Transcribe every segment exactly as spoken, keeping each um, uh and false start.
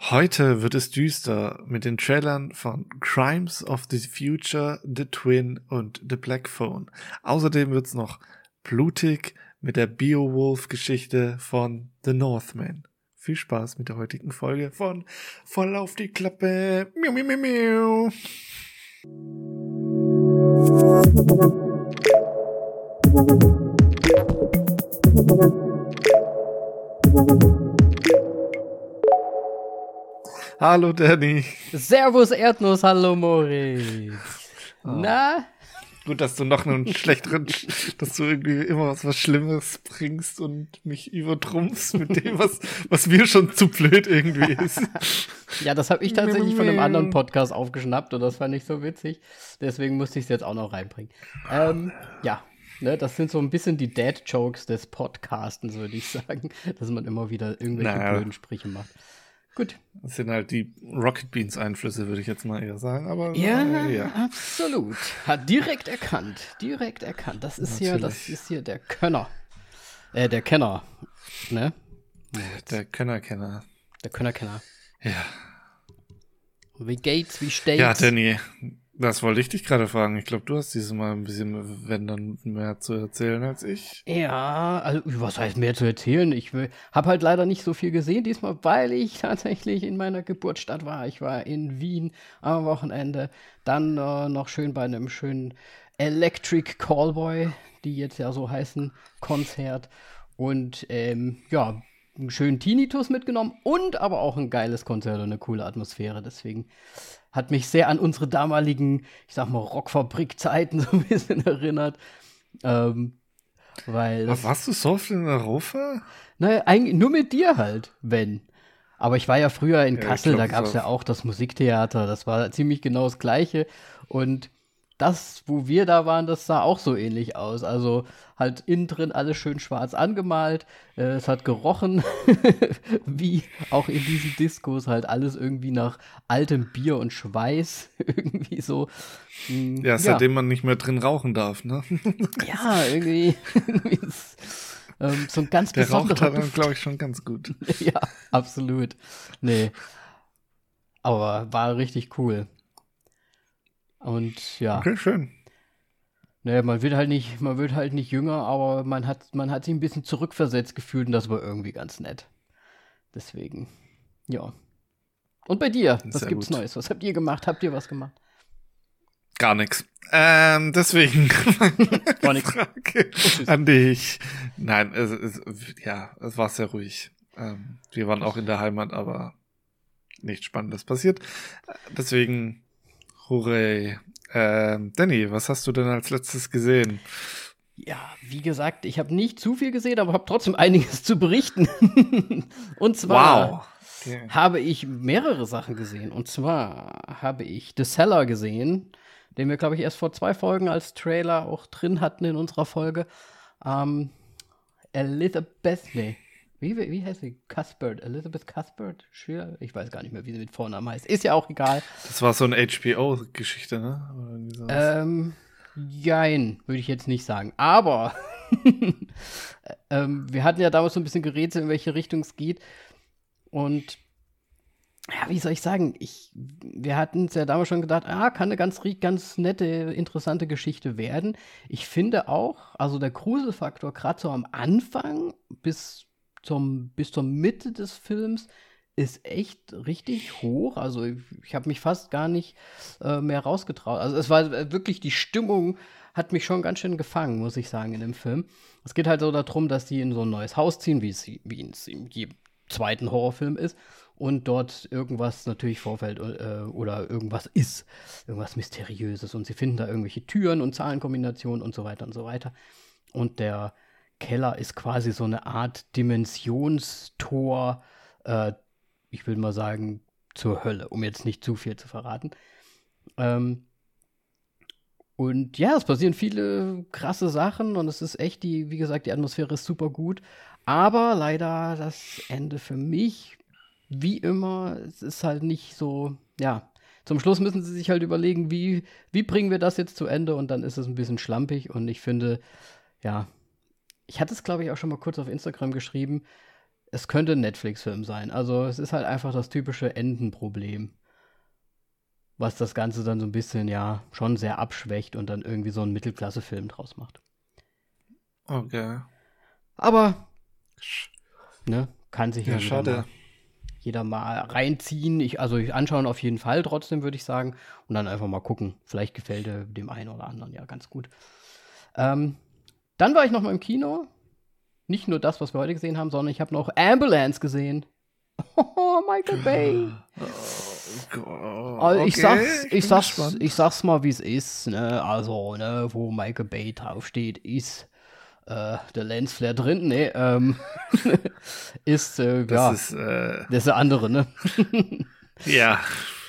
Heute wird es düster mit den Trailern von Crimes of the Future, The Twin und The Black Phone. Außerdem wird's noch blutig mit der Beowulf-Geschichte von The Northman. Viel Spaß mit der heutigen Folge von Voll auf die Klappe. Miau, miau, miau, miau. Hallo Danny. Servus Erdnuss, hallo Moritz. Oh. Na? Gut, dass du noch einen schlechteren, dass du irgendwie immer was, was Schlimmes bringst und mich übertrumpfst mit dem, was, was mir schon zu blöd irgendwie ist. Ja, das habe ich tatsächlich von einem anderen Podcast aufgeschnappt und das fand ich so witzig. Deswegen musste ich es jetzt auch noch reinbringen. Ähm, ja, ne, das sind so ein bisschen die Dad-Jokes des Podcastens, würde ich sagen, dass man immer wieder irgendwelche naja. blöden Sprüche macht. Gut. Das sind halt die Rocket Beans Einflüsse, würde ich jetzt mal eher sagen. Aber ja, äh, ja, absolut. Hat direkt erkannt. Direkt erkannt. Das ist hier, das ist hier der Könner. Äh, der Kenner. Ne? Der Könner-Kenner. Der Könner-Kenner. Ja. Wie geht's? Wie steht's? Ja, Danny, das wollte ich dich gerade fragen. Ich glaube, du hast dieses Mal ein bisschen, wenn dann, mehr zu erzählen als ich. Ja, also was heißt mehr zu erzählen? Ich habe halt leider nicht so viel gesehen diesmal, weil ich tatsächlich in meiner Geburtsstadt war. Ich war in Wien am Wochenende. Dann äh, noch schön bei einem schönen Electric Callboy, die jetzt ja so heißen, Konzert. Und ähm, ja, einen schönen Tinnitus mitgenommen und aber auch ein geiles Konzert und eine coole Atmosphäre. Deswegen hat mich sehr an unsere damaligen, ich sag mal, Rockfabrik-Zeiten so ein bisschen erinnert. Ähm, weil Was, warst du so oft in Europa? Naja, eigentlich nur mit dir halt, wenn. Aber ich war ja früher in Ja, Kassel, glaub, da gab es ja auch das Musiktheater. Das war ziemlich genau das Gleiche. Und das, wo wir da waren, das sah auch so ähnlich aus. Also halt innen drin alles schön schwarz angemalt. Äh, es hat gerochen, wie auch in diesen Diskos halt alles irgendwie nach altem Bier und Schweiß. Irgendwie so. Mh, Ja, seitdem ja. man nicht mehr drin rauchen darf, ne? Ja, irgendwie. irgendwie ist, ähm, so ein ganz Der besonderer raucht dann, glaube ich, schon ganz gut. Ja, absolut. Nee. Aber war richtig cool. Und ja. Okay, schön. Naja, man wird halt nicht, man wird halt nicht jünger, aber man hat, man hat sich ein bisschen zurückversetzt gefühlt und das war irgendwie ganz nett. Deswegen, ja. Und bei dir, was Sehr gibt's gut. Neues? Was habt ihr gemacht? Habt ihr was gemacht? Gar nichts. Ähm, deswegen Gar nix. Frage an dich. Nein, es, es, ja, es war sehr ruhig. Ähm, wir waren auch in der Heimat, aber nichts Spannendes passiert. Deswegen, hurray. Ähm, Danny, was hast du denn als letztes gesehen? Ja, wie gesagt, ich habe nicht zu viel gesehen, aber habe trotzdem einiges zu berichten. Und zwar Wow. Okay. habe ich mehrere Sachen gesehen. Und zwar habe ich The Cellar gesehen, den wir, glaube ich, erst vor zwei Folgen als Trailer auch drin hatten in unserer Folge. Ähm, Elizabeth, nee, wie, wie heißt sie? Cuthbert, Elizabeth Cuthbert? Ich weiß gar nicht mehr, wie sie mit Vornamen heißt. Ist ja auch egal. Das war so eine H B O-Geschichte, ne? Oder irgendwie sowas. Ähm, jein, würde ich jetzt nicht sagen. Aber ähm, wir hatten ja damals so ein bisschen gerätselt, in welche Richtung es geht. Und ja, wie soll ich sagen? Ich, wir hatten es ja damals schon gedacht, ah, kann eine ganz, ganz nette, interessante Geschichte werden. Ich finde auch, also der Gruselfaktor, gerade so am Anfang bis, zum, bis zur Mitte des Films, ist echt richtig hoch. Also ich, ich habe mich fast gar nicht äh, mehr rausgetraut. Also es war wirklich, die Stimmung hat mich schon ganz schön gefangen, muss ich sagen, in dem Film. Es geht halt so darum, dass die in so ein neues Haus ziehen, wie es, wie es in jedem zweiten Horrorfilm ist. Und dort irgendwas natürlich vorfällt äh, oder irgendwas ist, irgendwas Mysteriöses. Und sie finden da irgendwelche Türen und Zahlenkombinationen und so weiter und so weiter. Und der Keller ist quasi so eine Art Dimensionstor, äh, ich will mal sagen, zur Hölle, um jetzt nicht zu viel zu verraten. Ähm, und ja, es passieren viele krasse Sachen und es ist echt, die, wie gesagt, die Atmosphäre ist super gut. Aber leider das Ende für mich, wie immer, es ist halt nicht so, ja, zum Schluss müssen sie sich halt überlegen, wie, wie bringen wir das jetzt zu Ende und dann ist es ein bisschen schlampig und ich finde, ja, ich hatte es, glaube ich, auch schon mal kurz auf Instagram geschrieben, es könnte ein Netflix-Film sein. Also es ist halt einfach das typische Endenproblem, was das Ganze dann so ein bisschen, ja, schon sehr abschwächt und dann irgendwie so einen Mittelklasse-Film draus macht. Okay. Aber, ne, kann sich ja, Ja, jeder schade. mal, jeder mal reinziehen. Ich, also ich anschauen auf jeden Fall trotzdem, würde ich sagen. Und dann einfach mal gucken. Vielleicht gefällt er dem einen oder anderen ja ganz gut. Ähm, dann war ich noch mal im Kino. Nicht nur das, was wir heute gesehen haben, sondern ich habe noch Ambulance gesehen. Oh, Michael Bay. Oh, Also ich okay, sag's, ich bin ich sag's, gespannt. ich sag's mal, wie es ist. Ne? Also, ne, wo Michael Bay draufsteht, ist äh, der Lensflare drin. Nee, ähm, ist, äh, Das ja, ist, äh, das ist der andere, ne? ja.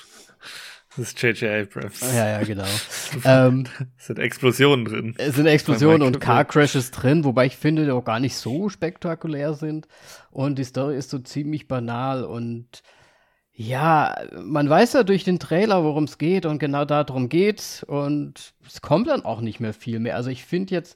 Das ist J J Abrams. Ja, ja, genau. ähm, Es sind Explosionen drin. Es sind Explosionen Bei und Michael Car Bay. Crashes drin, wobei ich finde, die auch gar nicht so spektakulär sind. Und die Story ist so ziemlich banal und ja, man weiß ja durch den Trailer, worum es geht und genau darum geht's und es kommt dann auch nicht mehr viel mehr. Also ich finde jetzt,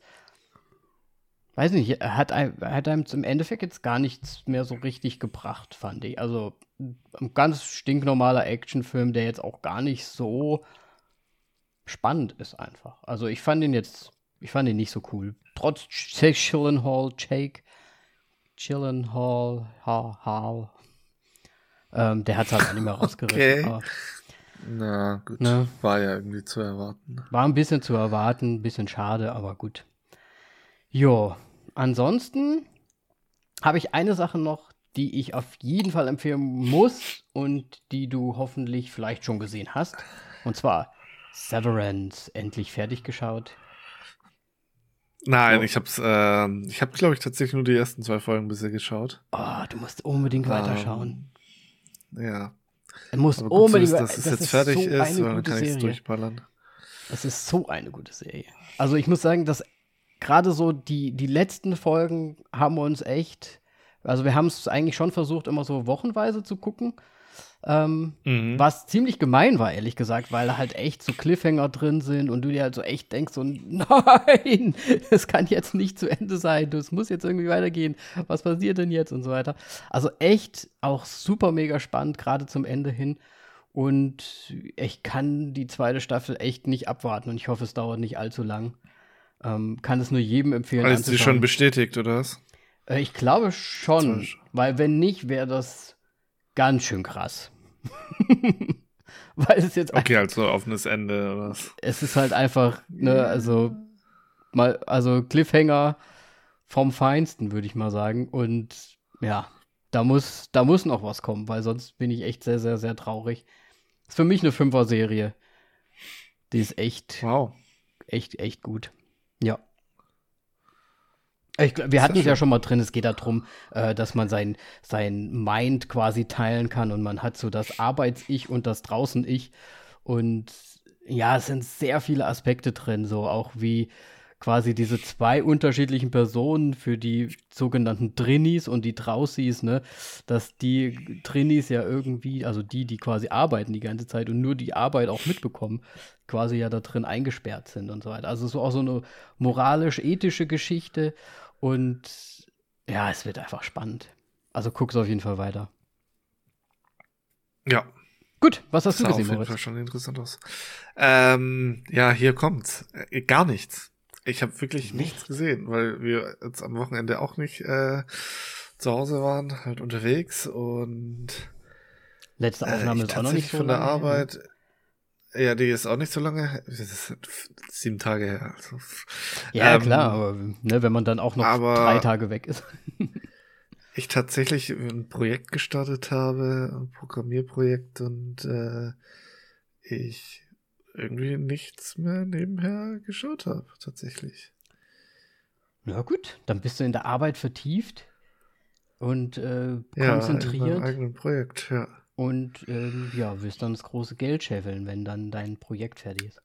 weiß nicht, er hat, ein- er hat einem im Endeffekt jetzt gar nichts mehr so richtig gebracht, fand ich. Also ein ganz stinknormaler Actionfilm, der jetzt auch gar nicht so spannend ist einfach. Also ich fand ihn jetzt, ich fand ihn nicht so cool. Trotz Jake Gyllenhaal, Jake Gyllenhaal, ha, Hall, ähm, der hat es halt auch nicht mehr rausgerissen. Okay. Aber Na gut, Ne? war ja irgendwie zu erwarten. war ein bisschen zu erwarten, ein bisschen schade, aber gut. Jo, ansonsten habe ich eine Sache noch, die ich auf jeden Fall empfehlen muss und die du hoffentlich vielleicht schon gesehen hast. Und zwar Severance, endlich fertig geschaut. Nein, Oh. ich hab's, ähm, ich habe, glaube ich, tatsächlich nur die ersten zwei Folgen bisher geschaut. Oh, du musst unbedingt weiterschauen. Ähm, ja. Du musst Aber gut zu unbedingt wissen, dass es das jetzt ist fertig so ist, eine weil dann gute kann ich es Serie. durchballern. Es ist so eine gute Serie. Also ich muss sagen, dass gerade so die, die letzten Folgen haben uns echt, also wir haben es eigentlich schon versucht, immer so wochenweise zu gucken. Ähm, Mhm. Was ziemlich gemein war, ehrlich gesagt, weil da halt echt so Cliffhanger drin sind und du dir halt so echt denkst, so, nein, es kann jetzt nicht zu Ende sein, es muss jetzt irgendwie weitergehen, was passiert denn jetzt und so weiter. Also echt auch super mega spannend, gerade zum Ende hin. Und ich kann die zweite Staffel echt nicht abwarten und ich hoffe, es dauert nicht allzu lang. Ähm, kann es nur jedem empfehlen Also ist sie anzuschauen. schon bestätigt, oder was? Äh, ich glaube schon, Zwei- weil wenn nicht, wäre das ganz schön krass. Weil es jetzt Okay, also offenes Ende, oder was? es ist halt einfach, ne, also mal, also Cliffhanger vom Feinsten, würde ich mal sagen. Und ja, da muss, da muss noch was kommen, weil sonst bin ich echt sehr, sehr, sehr traurig. Ist für mich eine Fünfer-Serie. Die ist echt, Wow. echt, echt gut. Ja. Ich, glaub, wir Sehr hatten es ja schön. schon mal drin, es geht darum, äh, dass man sein, sein Mind quasi teilen kann und man hat so das Arbeits-Ich und das Draußen-Ich. Und ja, es sind sehr viele Aspekte drin, so auch wie quasi diese zwei unterschiedlichen Personen für die sogenannten Drinnies und die Draußis, ne, dass die Drinnies ja irgendwie, also die, die quasi arbeiten die ganze Zeit und nur die Arbeit auch mitbekommen, quasi ja da drin eingesperrt sind und so weiter. Also so auch so eine moralisch-ethische Geschichte und ja, es wird einfach spannend. Also guck's auf jeden Fall weiter. Ja, Gut, was hast das du sah auf gesehen, jeden Moritz? Fall schon interessant aus. Ähm, ja, hier kommt's. Äh, gar nichts. Ich habe wirklich nichts Nichts. gesehen, weil wir jetzt am Wochenende auch nicht äh, zu Hause waren, halt unterwegs und Letzte äh, Aufnahme ich ist auch noch nicht tatsächlich so von der lange her, ne? Arbeit. Ja, die ist auch nicht so lange her. Das ist f- sieben Tage her. Also. Ja, Ähm, klar, aber ne, wenn man dann auch noch aber- drei Tage weg ist. Ich tatsächlich ein Projekt gestartet habe, ein Programmierprojekt und äh, ich irgendwie nichts mehr nebenher geschaut habe, tatsächlich. Na gut, dann bist du in der Arbeit vertieft und äh, Ja, in meinem konzentriert eigenen Projekt, ja. und ähm, ja, wirst dann das große Geld scheffeln, wenn dann dein Projekt fertig ist.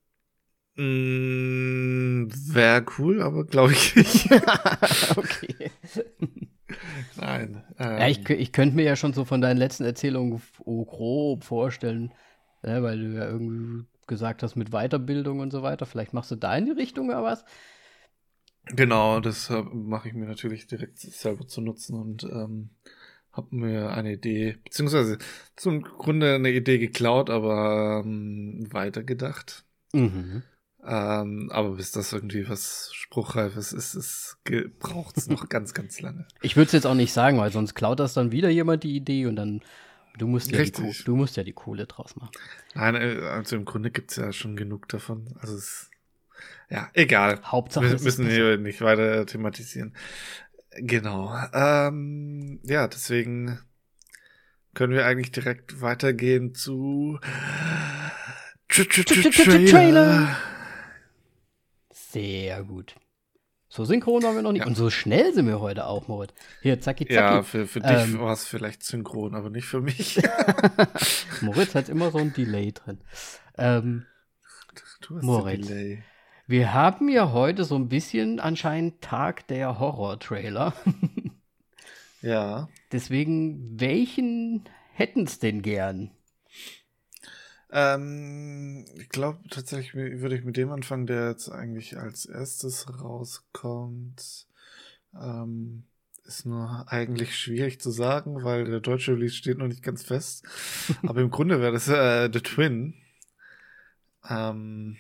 Mm, wäre cool, aber glaube ich nicht. Okay. Nein. Ähm, Ja, ich, kö- ich könnte mir ja schon so von deinen letzten Erzählungen f- oh, grob vorstellen, ne, weil du ja irgendwie gesagt hast mit Weiterbildung und so weiter. Vielleicht machst du da in die Richtung oder was? Genau, das äh, mache ich mir natürlich direkt selber zu nutzen und ähm, habe mir eine Idee, beziehungsweise zum Grunde eine Idee geklaut, aber ähm, weitergedacht. Mhm. Ähm, aber bis das irgendwie was Spruchreifes ist, ist braucht es noch ganz, ganz lange. Ich würde es jetzt auch nicht sagen, weil sonst klaut das dann wieder jemand die Idee und dann du musst ja, die, Ko- Richtig. du musst ja die Kohle draus machen. Nein, äh, also im Grunde gibt's ja schon genug davon. Also es, ja, egal. Hauptsache, Wir es ist müssen besser. hier nicht weiter thematisieren. Genau. Ähm, ja, deswegen können wir eigentlich direkt weitergehen zu Tr- Tr- Tr- Trailer. Trailer. Sehr gut. So synchron waren wir noch nicht. Ja. Und so schnell sind wir heute auch, Moritz. Hier, zacki, zacki. Ja, für, für dich Ähm. war es vielleicht synchron, aber nicht für mich. Moritz hat immer so ein Delay drin. Ähm, Du hast Moritz. ein Delay. Wir haben ja heute so ein bisschen anscheinend Tag der Horror-Trailer. Ja. Deswegen, welchen hätten's denn gern? Ähm, ich glaube tatsächlich würde ich mit dem anfangen, der jetzt eigentlich als erstes rauskommt. Ähm, ist nur eigentlich schwierig zu sagen, weil der deutsche Release steht noch nicht ganz fest. Aber im Grunde wäre das äh, The Twin. Ähm,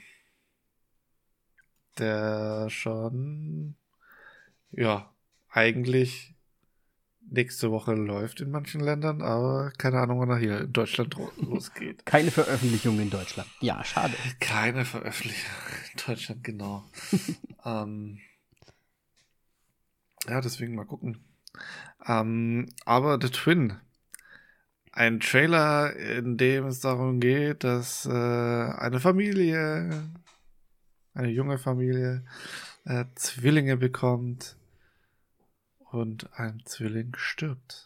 der schon, ja, eigentlich nächste Woche läuft in manchen Ländern, aber keine Ahnung, wann er hier in Deutschland losgeht. Keine Veröffentlichung in Deutschland. Ja, schade. Keine Veröffentlichung in Deutschland, genau. ähm, ja, deswegen mal gucken. Ähm, aber The Twin. Ein Trailer, in dem es darum geht, dass äh, eine Familie, eine junge Familie, äh, Zwillinge bekommt und ein Zwilling stirbt.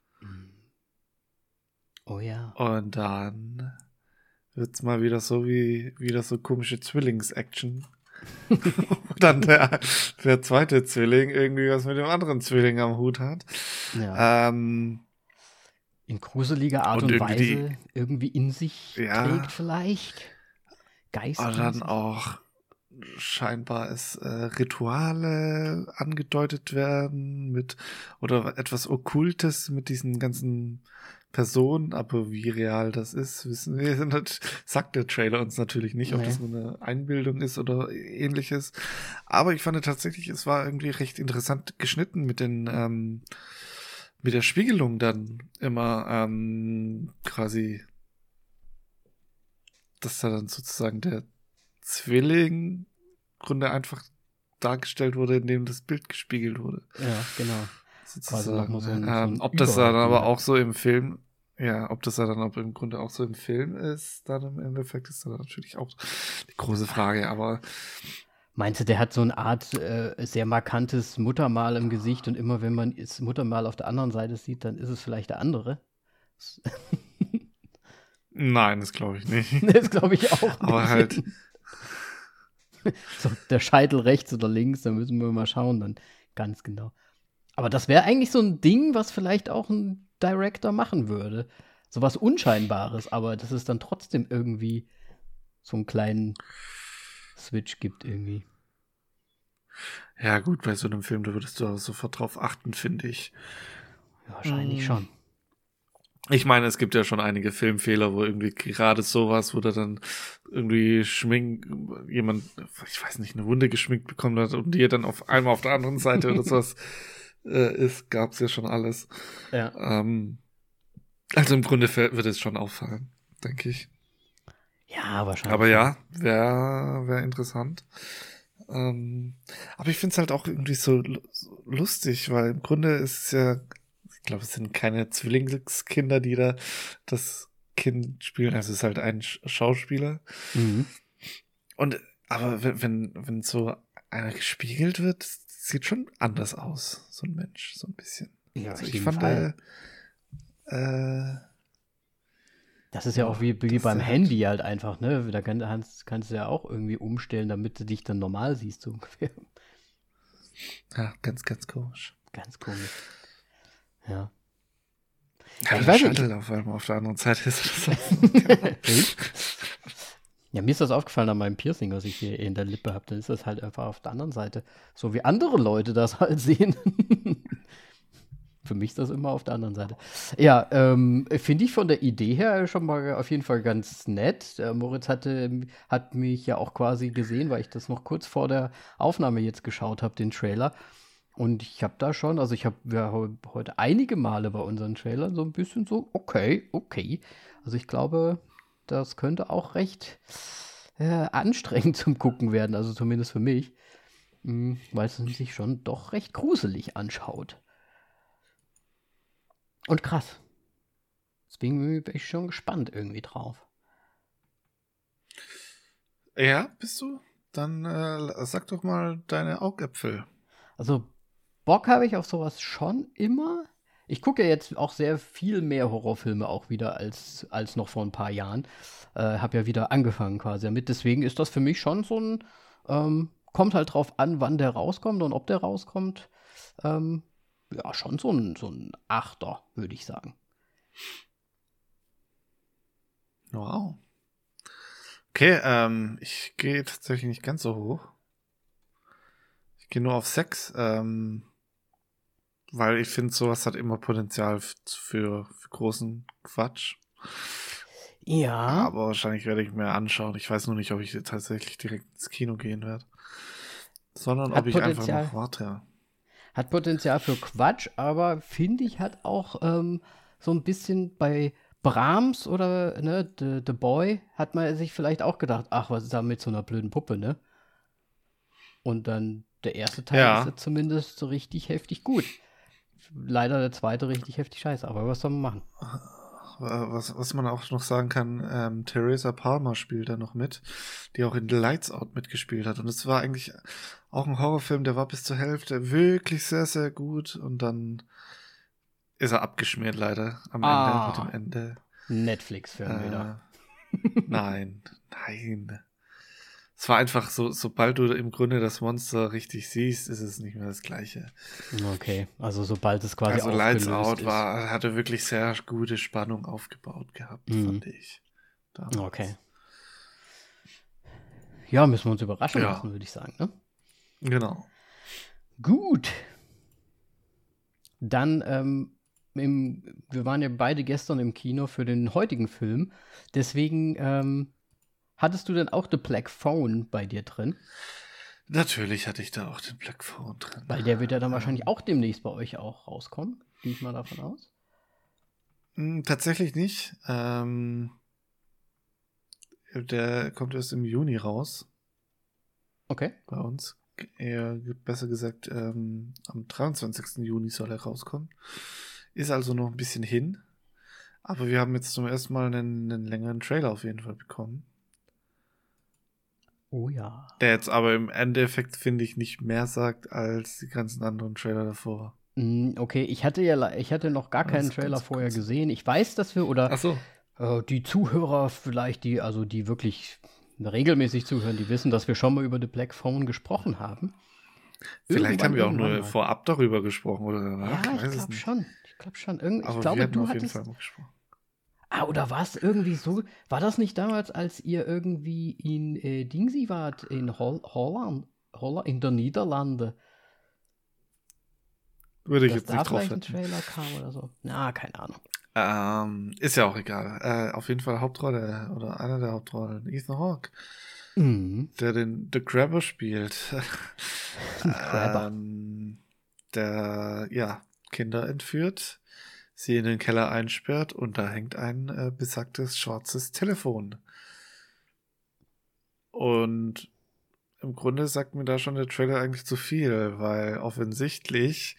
Oh ja. Und dann wird's mal wieder so wie wieder so komische Zwillings-Action. Und dann der, der zweite Zwilling irgendwie was mit dem anderen Zwilling am Hut hat. Ja. Ähm, in gruseliger Art und und, irgendwie Weise die- irgendwie in sich Ja. trägt vielleicht. Geist. aber dann auch scheinbar es äh, Rituale angedeutet werden mit oder etwas Okkultes mit diesen ganzen Personen, aber wie real das ist, wissen wir nicht. Sagt der Trailer uns natürlich nicht, ob Nee. das nur eine Einbildung ist oder ähnliches. Aber ich fand tatsächlich, es war irgendwie recht interessant geschnitten mit den ähm, mit der Spiegelung dann immer ähm, quasi, dass da dann sozusagen der Zwilling im Grunde einfach dargestellt wurde, indem das Bild gespiegelt wurde. Ja, genau. Quasi noch mal so ein- so ähm, ein ob das dann Überblick aber hat. auch so im Film, ja, ob das dann aber im Grunde auch so im Film ist, dann im Endeffekt ist dann natürlich auch die große Frage, aber Meinst du, der hat so eine Art äh, sehr markantes Muttermal im Gesicht und immer wenn man das Muttermal auf der anderen Seite sieht, dann ist es vielleicht der andere? nein, das glaube ich nicht. Das glaube ich auch nicht. Aber halt, So, der Scheitel rechts oder links, da müssen wir mal schauen dann ganz genau. Aber das wäre eigentlich so ein Ding, was vielleicht auch ein Director machen würde. So was Unscheinbares, aber dass es dann trotzdem irgendwie so einen kleinen Switch gibt irgendwie. ja gut, bei so einem Film, da würdest du auch sofort drauf achten, finde ich. Ja, wahrscheinlich Mm. schon. Ich meine, es gibt ja schon einige Filmfehler, wo irgendwie gerade sowas, wo da dann irgendwie schmink, jemand, ich weiß nicht, eine Wunde geschminkt bekommen hat und die dann auf einmal auf der anderen Seite oder sowas äh, ist, gab's ja schon alles. Ja. Ähm, also im Grunde fällt- wird es schon auffallen, denke ich. Ja, wahrscheinlich. Aber ja, wäre wär interessant. Ähm, aber ich finde es halt auch irgendwie so lu- so lustig, weil im Grunde ist es ja, ich glaube, es sind keine Zwillingskinder, die da das Kind spielen. Also es ist halt ein Sch- Schauspieler. Mhm. Und aber wenn, wenn, wenn so einer gespiegelt wird, sieht schon anders aus, so ein Mensch, so ein bisschen. Ja, Also auf ich jeden fand, Fall. äh, äh, Das ist ja auch wie, wie das beim ist halt- Handy halt einfach, ne? Da kann, kannst, kannst du ja auch irgendwie umstellen, damit du dich dann normal siehst, so ungefähr. ja, ganz, ganz komisch. Ganz komisch. Ja. Ja, ich der weiß nicht, Shuttle auf einmal auf der anderen Seite ist. Das so. Ja, mir ist das aufgefallen an meinem Piercing, was ich hier in der Lippe habe. Dann ist das halt einfach auf der anderen Seite. So wie andere Leute das halt sehen. Für mich ist das immer auf der anderen Seite. Ja, ähm, finde ich von der Idee her schon mal auf jeden Fall ganz nett. Der Moritz hatte, hat mich ja auch quasi gesehen, weil ich das noch kurz vor der Aufnahme jetzt geschaut habe, den Trailer. Und ich habe da schon, also ich habe ja heute einige Male bei unseren Trailern so ein bisschen so, okay, okay. Also ich glaube, das könnte auch recht äh, anstrengend zum Gucken werden, also zumindest für mich, mh, weil es sich schon doch recht gruselig anschaut. Und krass. Deswegen bin ich schon gespannt irgendwie drauf. Ja, bist du? Dann äh, sag doch mal deine Augäpfel. Also Bock habe ich auf sowas schon immer. Ich gucke ja jetzt auch sehr viel mehr Horrorfilme auch wieder als, als noch vor ein paar Jahren. Äh, habe ja wieder angefangen quasi damit. Deswegen ist das für mich schon so ein, ähm, kommt halt drauf an, wann der rauskommt und ob der rauskommt. Ähm, ja, schon so ein, so ein Achter, würde ich sagen. Wow. Okay, ähm, ich gehe tatsächlich nicht ganz so hoch. Ich gehe nur auf sechs, ähm, weil ich finde, sowas hat immer Potenzial für, für großen Quatsch. Ja. Aber wahrscheinlich werde ich mir anschauen. Ich weiß nur nicht, ob ich tatsächlich direkt ins Kino gehen werde. Sondern Hat ob ich Potenzial. einfach noch warte. Hat Potenzial für Quatsch, aber finde ich, hat auch ähm, so ein bisschen bei Brahms oder ne, The, The Boy, hat man sich vielleicht auch gedacht, ach, was ist da mit so einer blöden Puppe, ne? Und dann der erste Teil Ja. ist ja zumindest so richtig heftig gut. Leider der zweite richtig heftig scheiße, aber was soll man machen? Was, was man auch noch sagen kann, ähm, Teresa Palmer spielt da noch mit, die auch in The Lights Out mitgespielt hat. Und es war eigentlich auch ein Horrorfilm, der war bis zur Hälfte wirklich sehr, sehr gut. Und dann ist er abgeschmiert leider am Ah, Ende, mit dem Ende. Netflix-Film Äh, wieder. nein, nein. Es war einfach so, sobald du im Grunde das Monster richtig siehst, ist es nicht mehr das Gleiche. Okay, also sobald es quasi Also aufgelöst Lights Out ist. war, hatte wirklich sehr gute Spannung aufgebaut gehabt, Mhm. fand ich. Damals. Okay. Ja, müssen wir uns überraschen Ja. lassen, würde ich sagen, ne? Genau. Gut. Dann, ähm, im, wir waren ja beide gestern im Kino für den heutigen Film. Deswegen, ähm, hattest du denn auch The Black Phone bei dir drin? Natürlich hatte ich da auch den Black Phone drin. Weil der wird ja dann wahrscheinlich auch demnächst bei euch auch rauskommen. Gehe ich mal davon aus. Hm, tatsächlich nicht. Ähm, der kommt erst im Juni raus. Okay. Bei uns. Eher besser gesagt, ähm, am dreiundzwanzigsten Juni soll er rauskommen. Ist also noch ein bisschen hin. Aber wir haben jetzt zum ersten Mal einen, einen längeren Trailer auf jeden Fall bekommen. Oh ja. Der jetzt aber im Endeffekt, finde ich, nicht mehr sagt als die ganzen anderen Trailer davor. Mm, okay, ich hatte ja ich hatte noch gar keinen Das Trailer ganz vorher kurz. gesehen. Ich weiß, dass wir, oder Ach so. äh, die Zuhörer vielleicht, die, also die wirklich regelmäßig zuhören, die wissen, dass wir schon mal über The Black Phone gesprochen haben. Vielleicht Irgendwann, haben wir auch irgendwann nur mal. vorab darüber gesprochen oder danach. Ja, ich ich weiß es glaube nicht. schon. Ich glaube schon. Irgend, Aber ich glaube, wir hatten du auf jeden hattest. Fall mal gesprochen. Ah, oder war es irgendwie so? War das nicht damals, als ihr irgendwie in äh, Dingsy wart, in Hol Holland, Holland, in der Niederlande? Würde ich Dass jetzt da nicht drauf vielleicht ein wetten. Trailer kam oder so? Na, keine Ahnung. Ähm, ist ja auch egal. Äh, auf jeden Fall Hauptrolle oder einer der Hauptrollen, Ethan Hawke, Mhm. der den The Grabber spielt. Grabber. ähm, der ja Kinder entführt, sie in den Keller einsperrt und da hängt ein äh, besagtes schwarzes Telefon. Und im Grunde sagt mir da schon der Trailer eigentlich zu viel, weil offensichtlich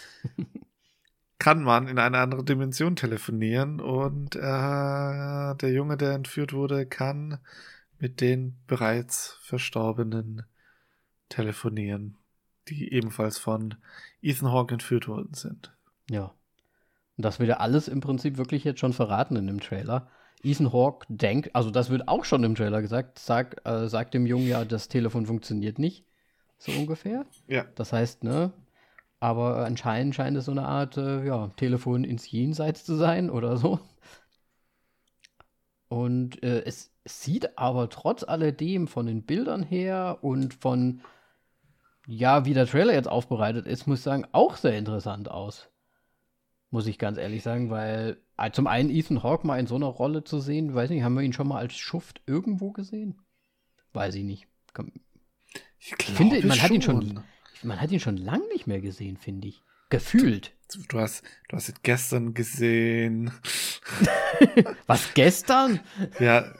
kann man in eine andere Dimension telefonieren und äh, der Junge, der entführt wurde, kann mit den bereits Verstorbenen telefonieren, die ebenfalls von Ethan Hawke entführt worden sind. Ja. Und das wird ja alles im Prinzip wirklich jetzt schon verraten in dem Trailer. Ethan Hawke denkt, also das wird auch schon im Trailer gesagt, sag, äh, sagt dem Jungen ja, das Telefon funktioniert nicht. So ungefähr. Ja. Das heißt, ne? Aber anscheinend scheint es so eine Art, äh, ja, Telefon ins Jenseits zu sein oder so. Und äh, es sieht aber trotz alledem von den Bildern her und von, ja, wie der Trailer jetzt aufbereitet ist, muss ich sagen, auch sehr interessant aus. Muss ich ganz ehrlich sagen, weil äh, zum einen Ethan Hawke mal in so einer Rolle zu sehen, weiß nicht, haben wir ihn schon mal als Schuft irgendwo gesehen? Weiß ich nicht. Komm. Ich, ich finde, man schon. hat ihn schon, man hat ihn schon lange nicht mehr gesehen, finde ich. Gefühlt. Du, du, hast, du hast ihn gestern gesehen. Was, gestern? Ja.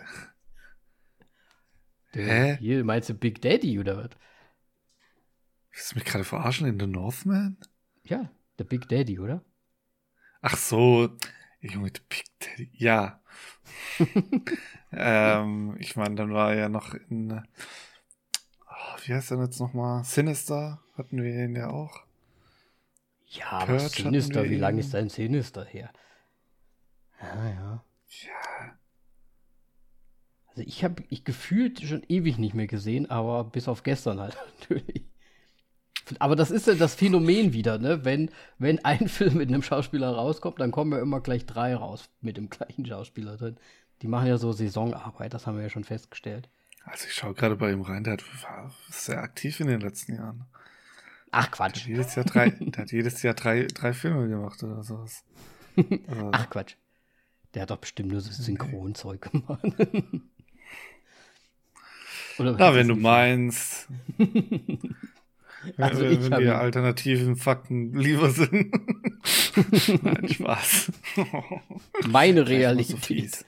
Der, Hä? Hier, meinst du Big Daddy oder was? Willst du mich gerade verarschen in The Northman? Ja, der Big Daddy, oder? Ach so. Junge, der Big Daddy. Ja. ähm, ich meine, dann war er ja noch in, oh, wie heißt er jetzt nochmal? Sinister hatten wir ihn ja auch. Ja, aber Sinister, wie lange ist dein Sinister her? Ja, ja. Ja. Also ich habe ich gefühlt schon ewig nicht mehr gesehen, aber bis auf gestern halt natürlich. Aber das ist ja das Phänomen wieder, ne? Wenn, wenn ein Film mit einem Schauspieler rauskommt, dann kommen ja immer gleich drei raus mit dem gleichen Schauspieler drin. Die machen ja so Saisonarbeit, das haben wir ja schon festgestellt. Also ich schaue gerade bei ihm rein, der war sehr aktiv in den letzten Jahren. Ach, Quatsch. Der hat jedes Jahr drei, der hat jedes Jahr drei, drei Filme gemacht oder sowas. Also, ach, Quatsch. Der hat doch bestimmt nur so Synchronzeug gemacht. Oder Na, wenn du meinst. Also wenn ich wenn die alternativen Fakten lieber sind. Nein, Spaß. Meine Realität.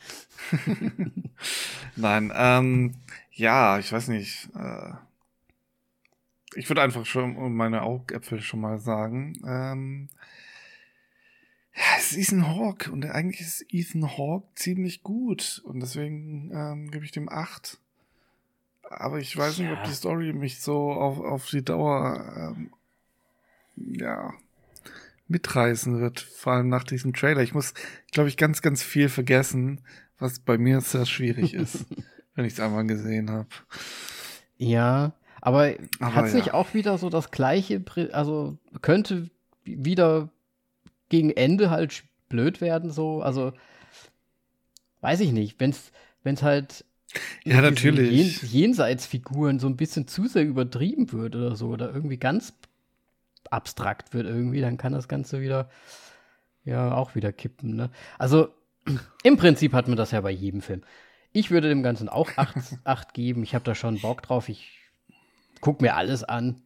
Nein, ähm, ja, ich weiß nicht. Äh, ich würde einfach schon meine Augäpfel schon mal sagen. Ähm, ja, es ist Ethan Hawke und eigentlich ist Ethan Hawke ziemlich gut und deswegen ähm, gebe ich dem acht. Aber ich weiß ja. nicht, ob die Story mich so auf, auf die Dauer ähm, ja, mitreißen wird, vor allem nach diesem Trailer. Ich muss, glaube ich, ganz, ganz viel vergessen, was bei mir sehr schwierig ist, wenn ich es einmal gesehen habe. Ja, aber, aber hat es ja. nicht auch wieder so das gleiche, also könnte wieder gegen Ende halt blöd werden, so, also weiß ich nicht, wenn es wenn es halt ja, natürlich. Jen- Jenseitsfiguren so ein bisschen zu sehr übertrieben wird oder so, oder irgendwie ganz abstrakt wird irgendwie, dann kann das Ganze wieder, ja, auch wieder kippen, ne? Also, im Prinzip hat man das ja bei jedem Film. Ich würde dem Ganzen auch acht geben, ich habe da schon Bock drauf, ich guck mir alles an.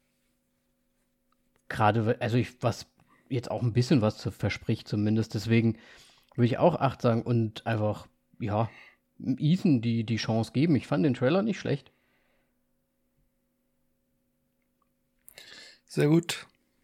Gerade, also ich, was jetzt auch ein bisschen was zu verspricht zumindest, deswegen würde ich auch acht sagen und einfach, ja, Ethan die, die Chance geben. Ich fand den Trailer nicht schlecht. Sehr gut.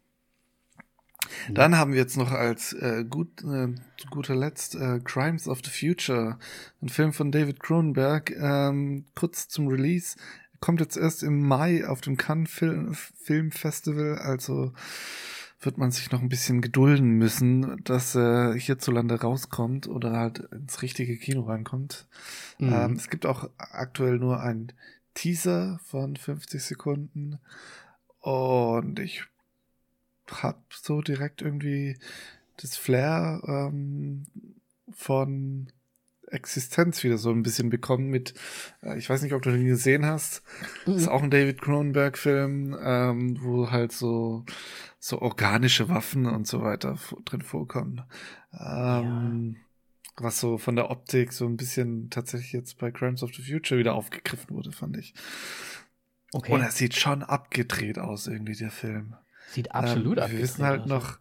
Dann haben wir jetzt noch als äh, gut, äh, zu guter Letzt äh, Crimes of the Future, ein Film von David Cronenberg, ähm, kurz zum Release. Kommt jetzt erst im Mai auf dem Cannes Film, Film Festival, also wird man sich noch ein bisschen gedulden müssen, dass er äh, hierzulande rauskommt oder halt ins richtige Kino reinkommt. Mhm. Ähm, es gibt auch aktuell nur einen Teaser von fünfzig Sekunden und ich hab so direkt irgendwie das Flair ähm, von Existenz wieder so ein bisschen bekommen mit, äh, ich weiß nicht, ob du den gesehen hast, mhm. Das ist auch ein David Cronenberg-Film, ähm, wo halt so so organische Waffen und so weiter v- drin vorkommen. Ähm, ja. Was so von der Optik so ein bisschen tatsächlich jetzt bei Crimes of the Future wieder aufgegriffen wurde, fand ich. Okay. Und er sieht schon abgedreht aus, irgendwie, der Film. Sieht absolut ähm, abgedreht aus. Wir wissen halt aus, noch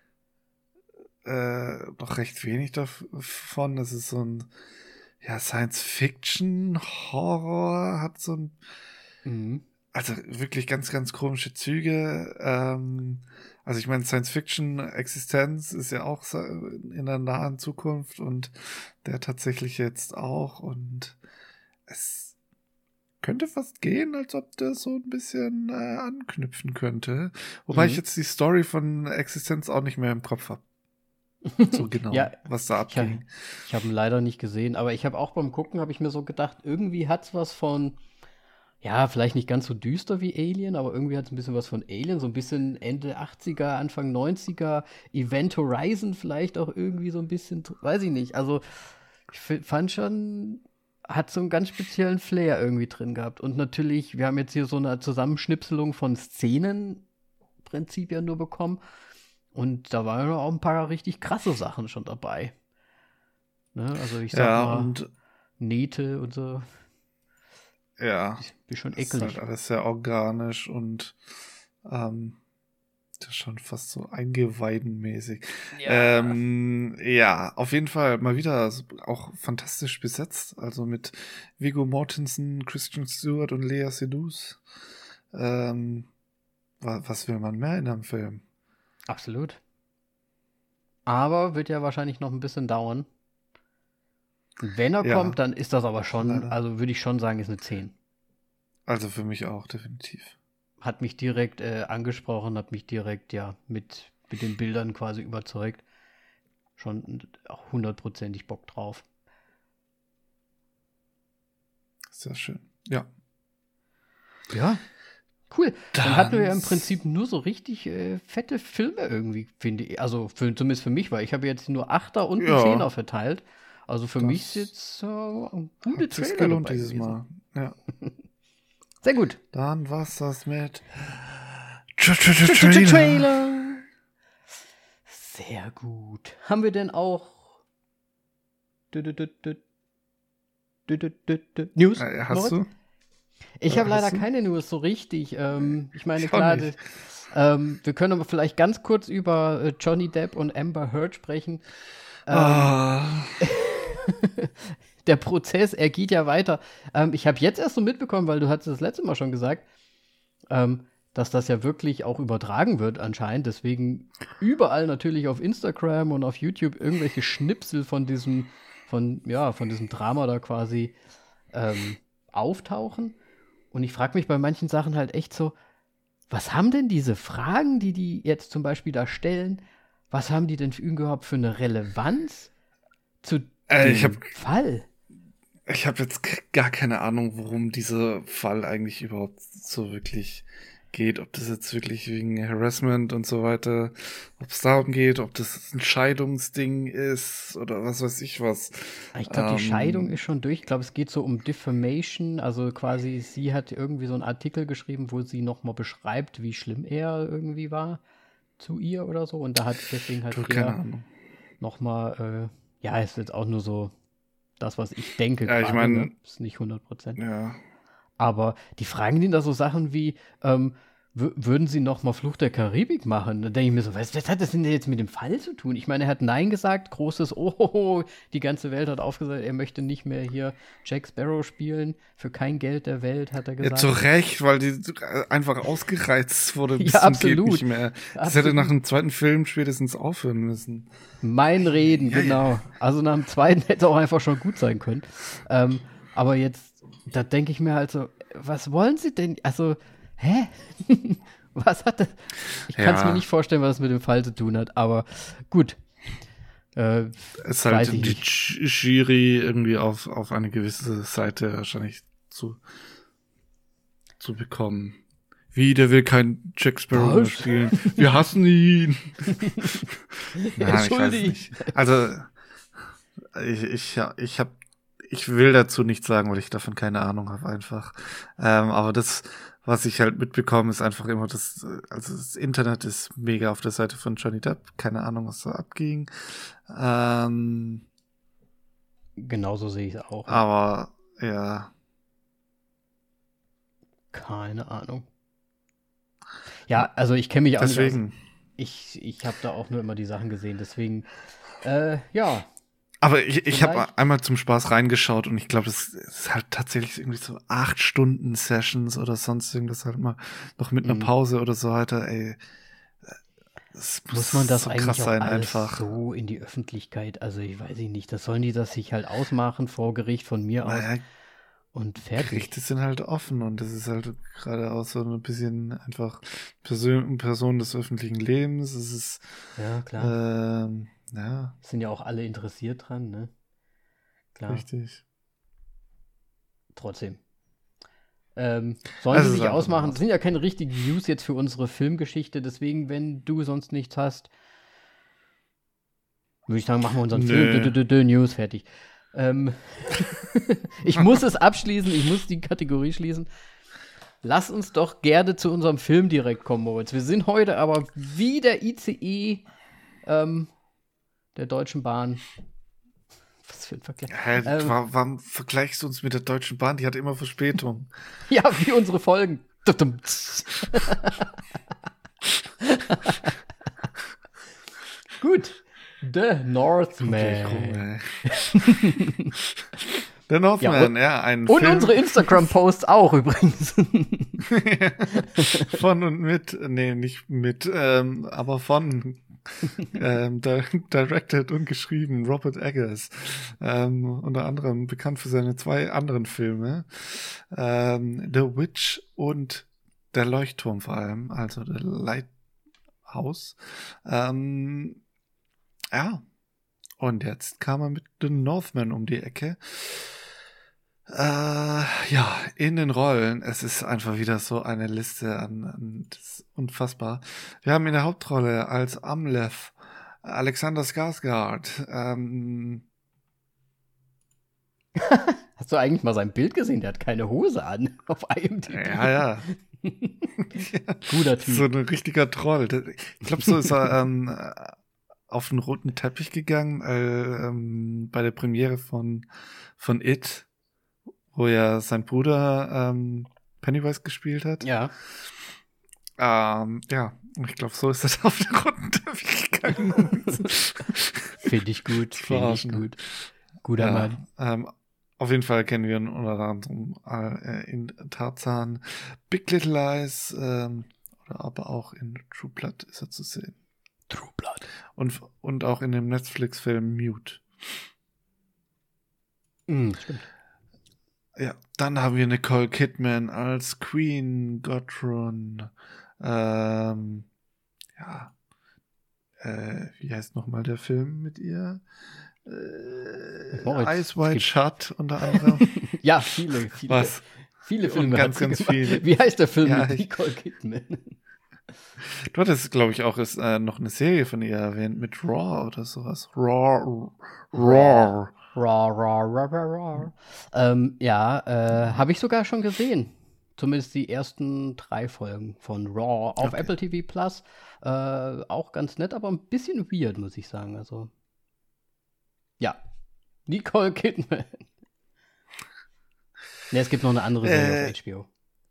äh, noch recht wenig davon. Das ist so ein ja, Science-Fiction-Horror, hat so ein mhm. also wirklich ganz, ganz komische Züge. Ähm, also ich meine, Science-Fiction-Existenz ist ja auch in der nahen Zukunft und der tatsächlich jetzt auch. Und es könnte fast gehen, als ob das so ein bisschen äh, anknüpfen könnte. Wobei mhm. ich jetzt die Story von Existenz auch nicht mehr im Kopf habe. So genau, ja, was da abging. Ich, ich habe ihn leider nicht gesehen, aber ich habe auch beim Gucken, habe ich mir so gedacht, irgendwie hat es was von, ja, vielleicht nicht ganz so düster wie Alien, aber irgendwie hat es ein bisschen was von Alien, so ein bisschen Ende achtziger, Anfang neunziger, Event Horizon vielleicht auch irgendwie so ein bisschen, weiß ich nicht, also ich f- fand schon, hat so einen ganz speziellen Flair irgendwie drin gehabt. Und natürlich, wir haben jetzt hier so eine Zusammenschnipselung von Szenen im Prinzip ja nur bekommen. Und da waren ja auch ein paar richtig krasse Sachen schon dabei. Ne? Also ich sag Ja, mal, und Nähte und so, ja, wie schon das ist ekelig. halt alles sehr organisch und ähm, das ist schon fast so eingeweidenmäßig. Ja. Ähm, ja, auf jeden Fall mal wieder so auch fantastisch besetzt. Also mit Viggo Mortensen, Christian Stewart und Lea Seydoux. Ähm, wa- was will man mehr in einem Film? Absolut. Aber wird ja wahrscheinlich noch ein bisschen dauern. Und wenn er Ja, kommt, dann ist das aber schon, leider. also würde ich schon sagen, ist eine zehn. Also für mich auch, definitiv. Hat mich direkt äh, angesprochen, hat mich direkt, ja, mit, mit den Bildern quasi überzeugt. Schon auch hundertprozentig Bock drauf. Sehr schön. Ja. Ja, cool. Dann hatten wir ja im Dann- Prinzip nur so richtig äh, fette Filme irgendwie, finde ich. Also für, zumindest für mich, weil ich habe jetzt nur Achter und einen Ja. Zehner verteilt. Also für Das mich ist jetzt äh, ein gute Hat sich Trailer gelohnt dabei dieses gewesen. Mal. Ja. Sehr gut. Dann war's das mit Tra- Tra- Tra- Trailer. Trailer. Sehr gut. Haben wir denn auch dü- dü- dü- dü- dü- dü- dü- dü- News? Äh, Hast Moritz? du? Ich Äh, habe leider hast du? keine News so richtig. Ähm, ich meine, Ich auch klar, nicht. das, ähm, wir können aber vielleicht ganz kurz über äh, Johnny Depp und Amber Heard sprechen. Ähm, Ah, Der Prozess, er geht ja weiter. Ähm, ich habe jetzt erst so mitbekommen, weil du hattest das letzte Mal schon gesagt, ähm, dass das ja wirklich auch übertragen wird anscheinend. Deswegen überall natürlich auf Instagram und auf YouTube irgendwelche Schnipsel von diesem, von, ja, von diesem Drama da quasi ähm, auftauchen. Und ich frage mich bei manchen Sachen halt echt so, was haben denn diese Fragen, die die jetzt zum Beispiel da stellen, was haben die denn für überhaupt für eine Relevanz zu Äh, dem ich hab- Fall? ich habe jetzt k- gar keine Ahnung, worum dieser Fall eigentlich überhaupt so wirklich geht. Ob das jetzt wirklich wegen Harassment und so weiter, ob es darum geht, ob das ein Scheidungsding ist oder was weiß ich was. Ich glaube, die Ähm, Scheidung ist schon durch. Ich glaube, es geht so um Defamation. Also quasi, sie hat irgendwie so einen Artikel geschrieben, wo sie nochmal beschreibt, wie schlimm er irgendwie war zu ihr oder so. Und da hat deswegen halt Du, keine er Ahnung. nochmal, äh, ja, ist jetzt auch nur so das, was ich denke. Ja, ich gerade, mein- ne? Ist nicht hundert Prozent. Ja. Aber die fragen ihn da so Sachen wie, ähm, wür- würden sie noch mal Fluch der Karibik machen? Da denke ich mir so, was, was hat das denn jetzt mit dem Fall zu tun? Ich meine, er hat Nein gesagt, großes Oh, die ganze Welt hat aufgesagt, er möchte nicht mehr hier Jack Sparrow spielen, für kein Geld der Welt, hat er Ja, gesagt. zu Recht, weil die einfach ausgereizt wurde. Ja, bis zum absolut. Geht nicht mehr. Das Absolut. hätte nach dem zweiten Film spätestens aufhören müssen. Mein Reden, Ja, ja. genau. Also nach dem zweiten hätte es auch einfach schon gut sein können. Ähm, aber jetzt, da denke ich mir halt so, was wollen sie denn? Also, hä? Was hat das? Ich kann es Ja. mir nicht vorstellen, was es mit dem Fall zu tun hat, aber gut. Äh, Es ist halt Weiß ich die nicht. J- Jury irgendwie auf, auf eine gewisse Seite wahrscheinlich zu, zu bekommen. Wie, der will kein Jack Sparrow mehr Was? spielen. Wir hassen ihn. Nein, ich weiß es Entschuldigt. nicht. Also, ich, ich, ja, ich hab, ich will dazu nichts sagen, weil ich davon keine Ahnung habe einfach. Ähm, aber das, was ich halt mitbekomme, ist einfach immer das, also das Internet ist mega auf der Seite von Johnny Depp. Keine Ahnung, was da abging. Ähm, genauso sehe ich es auch. aber, ja. Keine Ahnung. Ja, also ich kenne mich auch nicht Deswegen. aus. Ich, ich habe da auch nur immer die Sachen gesehen, deswegen, äh, ja. Aber ich, ich habe Vielleicht- einmal zum Spaß reingeschaut und ich glaube, das ist halt tatsächlich irgendwie so acht Stunden Sessions oder sonst irgendwas halt mal noch mit einer Mhm. Pause oder so weiter, ey. Das Muss man das so eigentlich krass auch sein alles einfach. so in die Öffentlichkeit? Also ich weiß nicht, das sollen die das sich halt ausmachen vor Gericht von mir aus Naja, und fertig. Gerichte sind halt offen und das ist halt gerade auch so ein bisschen einfach Person, Person des öffentlichen Lebens. Es ist, Ja, klar. ähm, ja, Sind ja auch alle interessiert dran, ne? Klar, richtig. trotzdem. Ähm, sollen Also sie es sich ist einfach ausmachen? hart. Das sind ja keine richtigen News jetzt für unsere Filmgeschichte, deswegen, wenn du sonst nichts hast, würde ich sagen, machen wir unseren Nö. Film, dü, dü, dü, dü, News fertig. Ähm, ich muss es abschließen, ich muss die Kategorie schließen. Lass uns doch gerne zu unserem Film direkt kommen, Moritz. Wir sind heute aber wie der I C E ähm, der Deutschen Bahn. Was für ein Vergleich. Hä, Ähm, warum, warum vergleichst du uns mit der Deutschen Bahn? Die hat immer Verspätung. ja, wie unsere Folgen. Gut. The Northman. Okay, rum, The Northman, ja, ja ein Und Film unsere Instagram-Posts auch übrigens. von und mit, nee, nicht mit, ähm, aber von ähm, di- directed und geschrieben Robert Eggers. Ähm, unter anderem bekannt für seine zwei anderen Filme. Ähm, The Witch und Der Leuchtturm vor allem, also The Lighthouse. Ähm, ja. Und jetzt kam er mit The Northman um die Ecke. Äh, ja, in den Rollen. Es ist einfach wieder so eine Liste an, an das ist unfassbar. Wir haben in der Hauptrolle als Amleth Alexander Skarsgård. Ähm, Hast du eigentlich mal sein Bild gesehen? Der hat keine Hose an auf IMDb. ja, ja. Guter Typ. So ein richtiger Troll. Ich glaube, so ist er ähm, auf den roten Teppich gegangen äh, ähm, bei der Premiere von, von It, wo ja sein Bruder ähm, Pennywise gespielt hat. Ja. Ähm, ja, ich glaube, so ist das auf den roten Teppich gegangen. Finde ich gut, finde ich gut. Guter ja, Mann. Ähm, auf jeden Fall kennen wir ihn unter anderem äh, in Tarzan, Big Little Lies, ähm, oder aber auch in True Blood ist er zu sehen. True Blood. Und, und auch in dem Netflix-Film Mute. Mm, stimmt. Ja, dann haben wir Nicole Kidman als Queen Gudrun. Ähm, ja, äh, wie heißt nochmal der Film mit ihr? Äh, Moritz, Eyes Wide gibt- Shut unter anderem. Ja, viele, viele. Was? Viele Und Filme ganz, hat sie ganz gemacht. viele. Wie heißt der Film Ja, mit ich- Nicole Kidman? Du hattest, glaube ich, auch ist, äh, noch eine Serie von ihr erwähnt mit Raw oder sowas. Raw. Raw. Raw, raw, raw, raw, raw. Ähm, ja, äh, habe ich sogar schon gesehen. Zumindest die ersten drei Folgen von Raw auf Okay. Apple T V Plus. Äh, auch ganz nett, aber ein bisschen weird, muss ich sagen. Also, ja. Nicole Kidman. Ne, es gibt noch eine andere Serie Äh, auf H B O.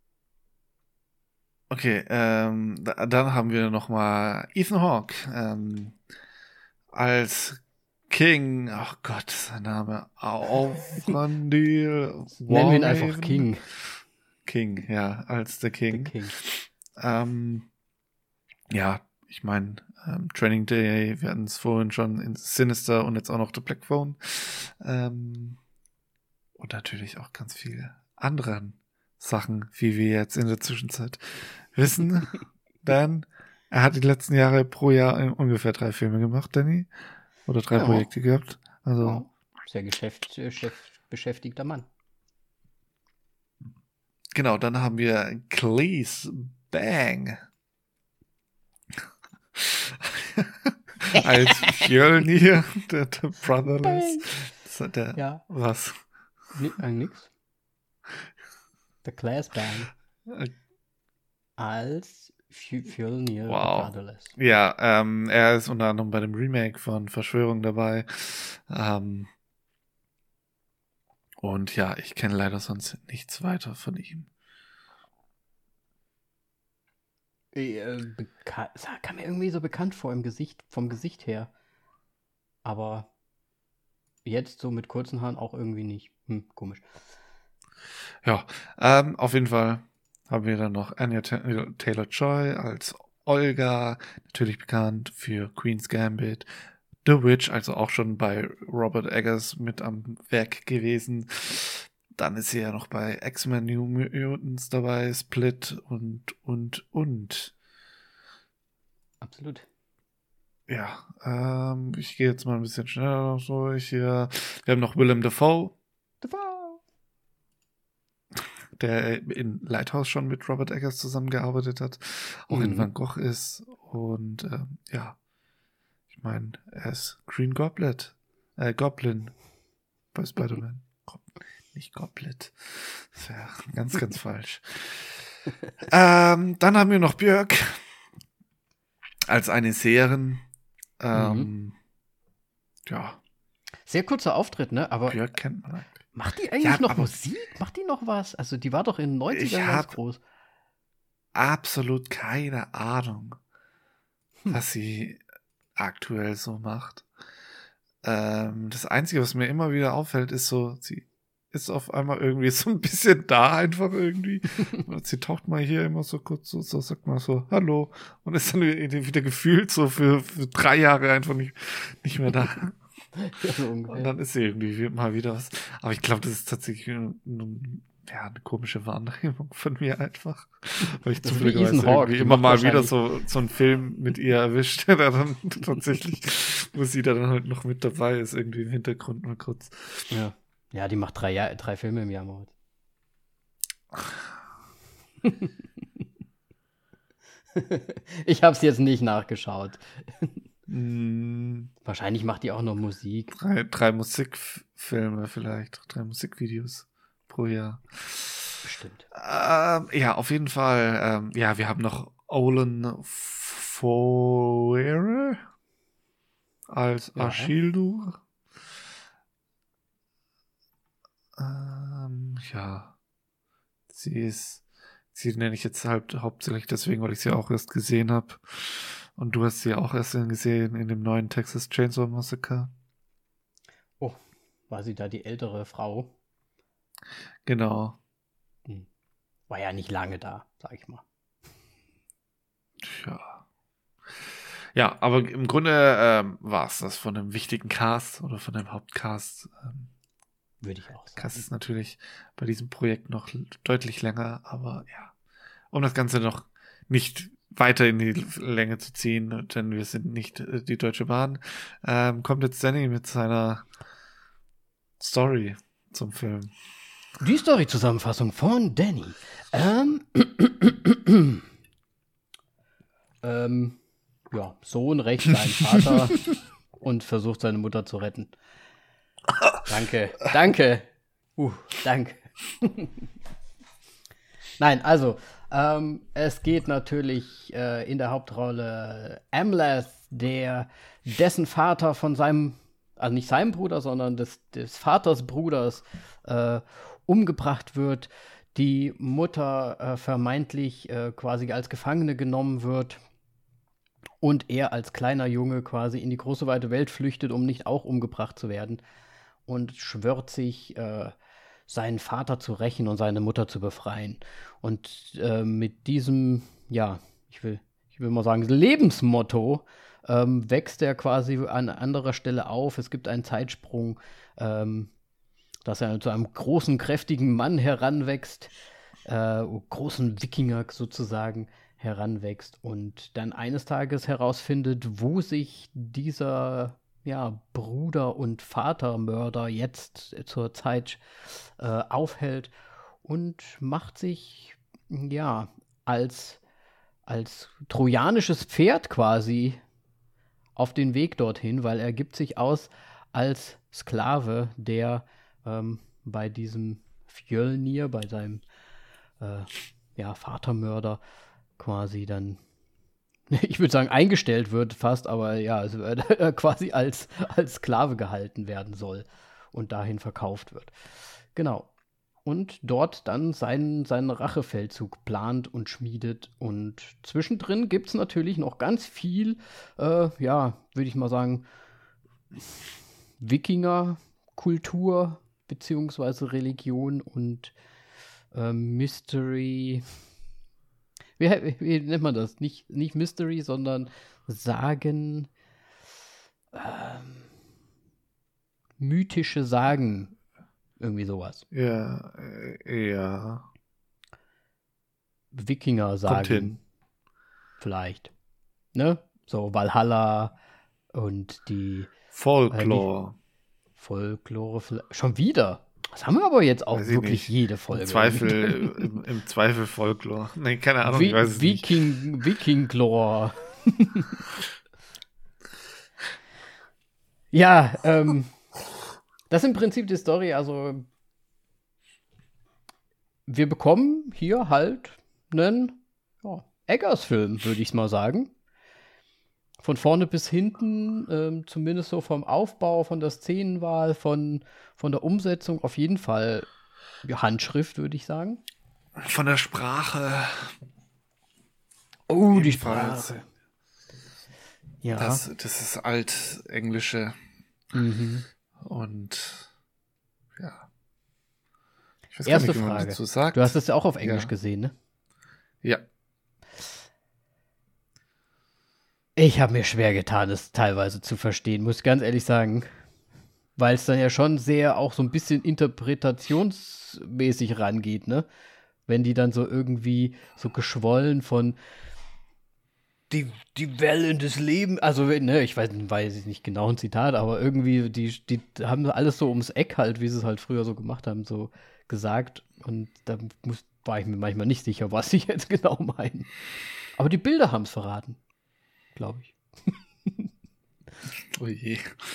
Okay, ähm, da, dann haben wir noch mal Ethan Hawke ähm, als King. Ach Gott, sein Name. Aufrandil. Nennen wir ihn einfach King. King, ja, als der King. The King. Ähm, ja, ich meine, ähm, Training Day, wir hatten es vorhin schon in Sinister und jetzt auch noch The Black Phone. Ähm, und natürlich auch ganz viele anderen Sachen, wie wir jetzt in der Zwischenzeit wissen. Dann, er hat die letzten Jahre pro Jahr ungefähr drei Filme gemacht, Danny. Oder drei Ja. Projekte gehabt. Also, Ja, sehr geschäft, äh, chef- beschäftigter Mann. genau, dann haben wir Cleese Bang. Als Fjölnir, der, der Brotherless. Das hat der, Ja, was? ni- äh, nix. The Class Band. Äh, Als F- Fjölnir the Wow. Brotherless. Ja, ähm, er ist unter anderem bei dem Remake von Verschwörung dabei. Ähm, und ja, ich kenne leider sonst nichts weiter von ihm. Äh, beka- es kam mir irgendwie so bekannt vor im Gesicht, vom Gesicht her. Aber jetzt so mit kurzen Haaren auch irgendwie nicht. Hm, komisch. Ja, ähm, auf jeden Fall haben wir dann noch Anya Ta- Taylor-Joy als Olga, natürlich bekannt für Queen's Gambit. The Witch, also auch schon bei Robert Eggers mit am Werk gewesen. Dann ist sie ja noch bei X-Men New Mutants dabei, Split und, und, und. Absolut. Ja, ähm, ich gehe jetzt mal ein bisschen schneller noch durch hier. Wir haben noch Willem Dafoe, der in Lighthouse schon mit Robert Eggers zusammengearbeitet hat, auch Mhm. in Van Gogh ist. Und ähm, ja, ich meine, er ist Green Goblet, äh, Goblin. bei Spider-Man. Nicht Goblet. Das wäre ganz, ganz falsch. ähm, dann haben wir noch Björk als eine Seherin. Ähm, mhm. Ja. Sehr kurzer Auftritt, ne? Aber Björk kennt man eigentlich. Macht die eigentlich ja, noch Musik? Macht die noch was? Also die war doch in den neunzigern ganz groß. Absolut keine Ahnung, hm. was sie aktuell so macht. Ähm, das Einzige, was mir immer wieder auffällt, ist so, sie ist auf einmal irgendwie so ein bisschen da einfach irgendwie. Sie taucht mal hier immer so kurz so, so sagt mal so, hallo. Und ist dann wieder gefühlt so für, für drei Jahre einfach nicht, nicht mehr da. Ja, so und dann ist sie irgendwie mal wieder was. Aber ich glaube, das ist tatsächlich eine, ja, eine komische Wahrnehmung von mir einfach. Weil ich zufälligerweise irgendwie immer mal wieder so, so einen Film mit ihr erwischt, der dann tatsächlich, wo sie dann halt noch mit dabei ist, irgendwie im Hintergrund mal kurz. Ja. Ja, die macht drei, Jahr, drei Filme im Jahr mal. Ich habe es jetzt nicht nachgeschaut. Mm. Wahrscheinlich macht die auch noch Musik. Drei, drei Musikfilme vielleicht, drei Musikvideos pro Jahr. Bestimmt. Ähm, ja, auf jeden Fall. Ähm, ja, wir haben noch Olin Foere als ja. Ashildu. Ähm, ja, sie ist, sie nenne ich jetzt halt hauptsächlich deswegen, weil ich sie auch erst gesehen habe. Und du hast sie auch erst gesehen in dem neuen Texas Chainsaw Massacre. Oh, war sie da die ältere Frau? Genau. Hm. War ja nicht lange da, sag ich mal. Ja. Ja, aber im Grunde ähm, war es das von einem wichtigen Cast oder von dem Hauptcast. Ähm, Würde ich auch sagen. Cast ist natürlich bei diesem Projekt noch deutlich länger, aber ja, um das Ganze noch nicht weiter in die Länge zu ziehen, denn wir sind nicht äh, die Deutsche Bahn, ähm, kommt jetzt Danny mit seiner Story zum Film. Die Story-Zusammenfassung von Danny. Ähm, ähm, ja, Sohn rächt seinen Vater und versucht seine Mutter zu retten. Danke, danke. Uh, danke. Nein, also, ähm, es geht natürlich äh, in der Hauptrolle Amleth, der dessen Vater von seinem, also nicht seinem Bruder, sondern des, des Vaters Bruders äh, umgebracht wird. Die Mutter äh, vermeintlich äh, quasi als Gefangene genommen wird. Und er als kleiner Junge quasi in die große weite Welt flüchtet, um nicht auch umgebracht zu werden. Und schwört sich, äh, seinen Vater zu rächen und seine Mutter zu befreien. Und äh, mit diesem, ja, ich will, ich will mal sagen, Lebensmotto ähm, wächst er quasi an anderer Stelle auf. Es gibt einen Zeitsprung, ähm, dass er zu einem großen, kräftigen Mann heranwächst, äh, großen Wikinger sozusagen heranwächst und dann eines Tages herausfindet, wo sich dieser ja, Bruder- und Vatermörder jetzt zur Zeit äh, aufhält und macht sich ja als, als trojanisches Pferd quasi auf den Weg dorthin, weil er gibt sich aus als Sklave, der ähm, bei diesem Fjölnir, bei seinem äh, ja, Vatermörder quasi dann, ich würde sagen, eingestellt wird fast, aber ja, also, äh, quasi als, als Sklave gehalten werden soll und dahin verkauft wird. Genau. Und dort dann seinen, seinen Rachefeldzug plant und schmiedet. Und zwischendrin gibt es natürlich noch ganz viel, äh, ja, würde ich mal sagen, Wikinger-Kultur beziehungsweise Religion und äh, Mystery. Wie, wie nennt man das? Nicht, nicht Mystery, sondern Sagen, ähm, mythische Sagen, irgendwie sowas. Ja, äh, ja. Wikinger-Sagen. Vielleicht. Ne? So Valhalla und die Folklore. Äh, Folklore, schon wieder. Das haben wir aber jetzt auch wirklich jede Folge. Im Zweifel, im, im Zweifel Folklore. Nee, keine Ahnung, Vi- ich weiß es Viking, nicht. Viking-Lore. Ja, ähm, Das ist im Prinzip die Story, also wir bekommen hier halt einen ja, Eggers-Film, würde ich mal sagen. Von vorne bis hinten, ähm, zumindest so vom Aufbau, von der Szenenwahl, von, von der Umsetzung, auf jeden Fall ja, Handschrift, würde ich sagen. Von der Sprache. Oh, die Ebenfalls. Sprache. Ja. Das, das ist Altenglische. Mhm. Und ja. Ich weiß Erste gar nicht, wie man Frage. dazu sagt. Du hast es ja auch auf Englisch Ja. gesehen, ne? Ja. Ich habe mir schwer getan, es teilweise zu verstehen, muss ich ganz ehrlich sagen. Weil es dann ja schon sehr auch so ein bisschen interpretationsmäßig rangeht, ne? Wenn die dann so irgendwie so geschwollen von die, die Wellen des Lebens, also, ne, ich weiß, weiß nicht genau ein Zitat, aber irgendwie, die, die haben alles so ums Eck halt, wie sie es halt früher so gemacht haben, so gesagt. Und da muss, war ich mir manchmal nicht sicher, was sie jetzt genau meinen. Aber die Bilder haben es verraten, glaube ich. Oh je.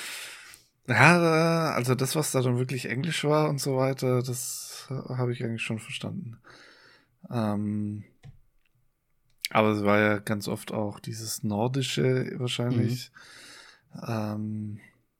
Ja, also das, was da dann wirklich Englisch war und so weiter, das habe ich eigentlich schon verstanden. Ähm, aber es war ja ganz oft auch dieses Nordische wahrscheinlich. Mhm. Ähm,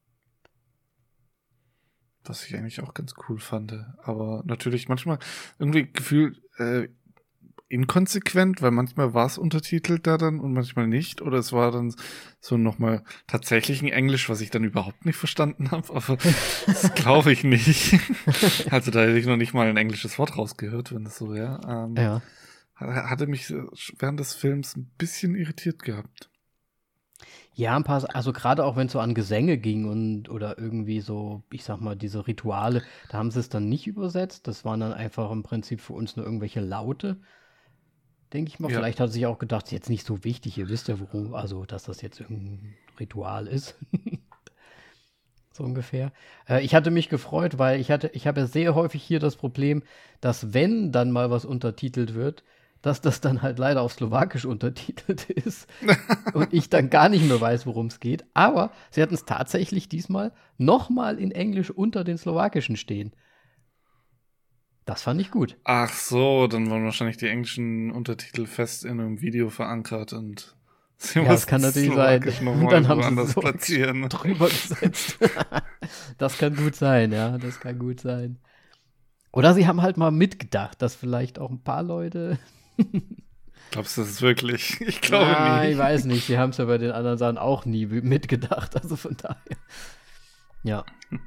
was ich eigentlich auch ganz cool fand. Aber natürlich manchmal irgendwie gefühlt äh, inkonsequent, weil manchmal war es untertitelt da dann und manchmal nicht. Oder es war dann so nochmal tatsächlich ein Englisch, was ich dann überhaupt nicht verstanden habe. Aber das glaube ich nicht. Also da hätte ich noch nicht mal ein englisches Wort rausgehört, wenn das so wäre. Ähm, ja. Hatte mich während des Films ein bisschen irritiert gehabt. Ja, ein paar, also gerade auch wenn es so an Gesänge ging und oder irgendwie so, ich sag mal, diese Rituale, da haben sie es dann nicht übersetzt. Das waren dann einfach im Prinzip für uns nur irgendwelche Laute. Denke ich mal, ja. Vielleicht hat er sich auch gedacht, jetzt nicht so wichtig, ihr wisst ja, worum, also, dass das jetzt irgendein Ritual ist. So ungefähr. Äh, ich hatte mich gefreut, weil ich hatte, ich habe ja sehr häufig hier das Problem, dass wenn dann mal was untertitelt wird, dass das dann halt leider auf Slowakisch untertitelt ist und ich dann gar nicht mehr weiß, worum es geht. Aber sie hatten es tatsächlich diesmal nochmal in Englisch unter den Slowakischen stehen. Das fand ich gut. Ach so, dann waren wahrscheinlich die englischen Untertitel fest in einem Video verankert und sie ja, das kann natürlich sein. Und dann haben sie es so platzieren. Drüber gesetzt. Das kann gut sein, ja, das kann gut sein. Oder sie haben halt mal mitgedacht, dass vielleicht auch ein paar Leute. Glaubst du das wirklich? Ich glaube ja, nicht. Ich weiß nicht. Wir haben es ja bei den anderen Sachen auch nie mitgedacht. Also von daher. Ja.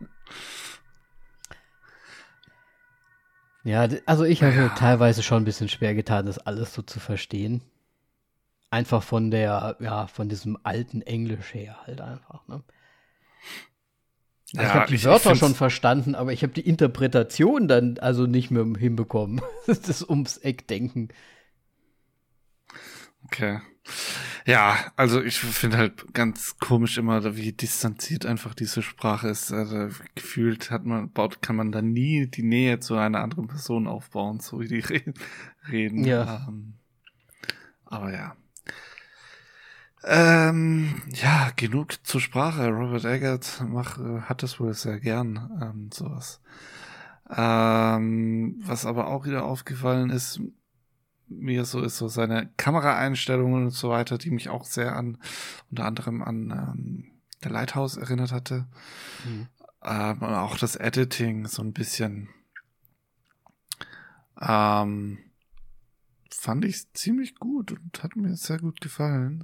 Ja, also ich habe ja. teilweise schon ein bisschen schwer getan, das alles so zu verstehen. Einfach von der, ja, von diesem alten Englisch her halt einfach, ne? Also ja, ich habe die ich, Wörter ich schon verstanden, aber ich habe die Interpretation dann also nicht mehr hinbekommen. Das ums Eck denken. Okay. Ja, also ich finde halt ganz komisch immer, wie distanziert einfach diese Sprache ist. Also gefühlt hat man, baut, kann man da nie die Nähe zu einer anderen Person aufbauen, so wie die re- reden. Ja. Ähm, aber ja. Ähm, ja, genug zur Sprache. Robert Eggert mach, hat das wohl sehr gern, ähm, sowas. Ähm, was aber auch wieder aufgefallen ist, mir so ist so seine Kameraeinstellungen und so weiter, die mich auch sehr an, unter anderem an ähm, The Lighthouse erinnert hatte. Mhm. Ähm, und auch das Editing so ein bisschen ähm, fand ich ziemlich gut und hat mir sehr gut gefallen.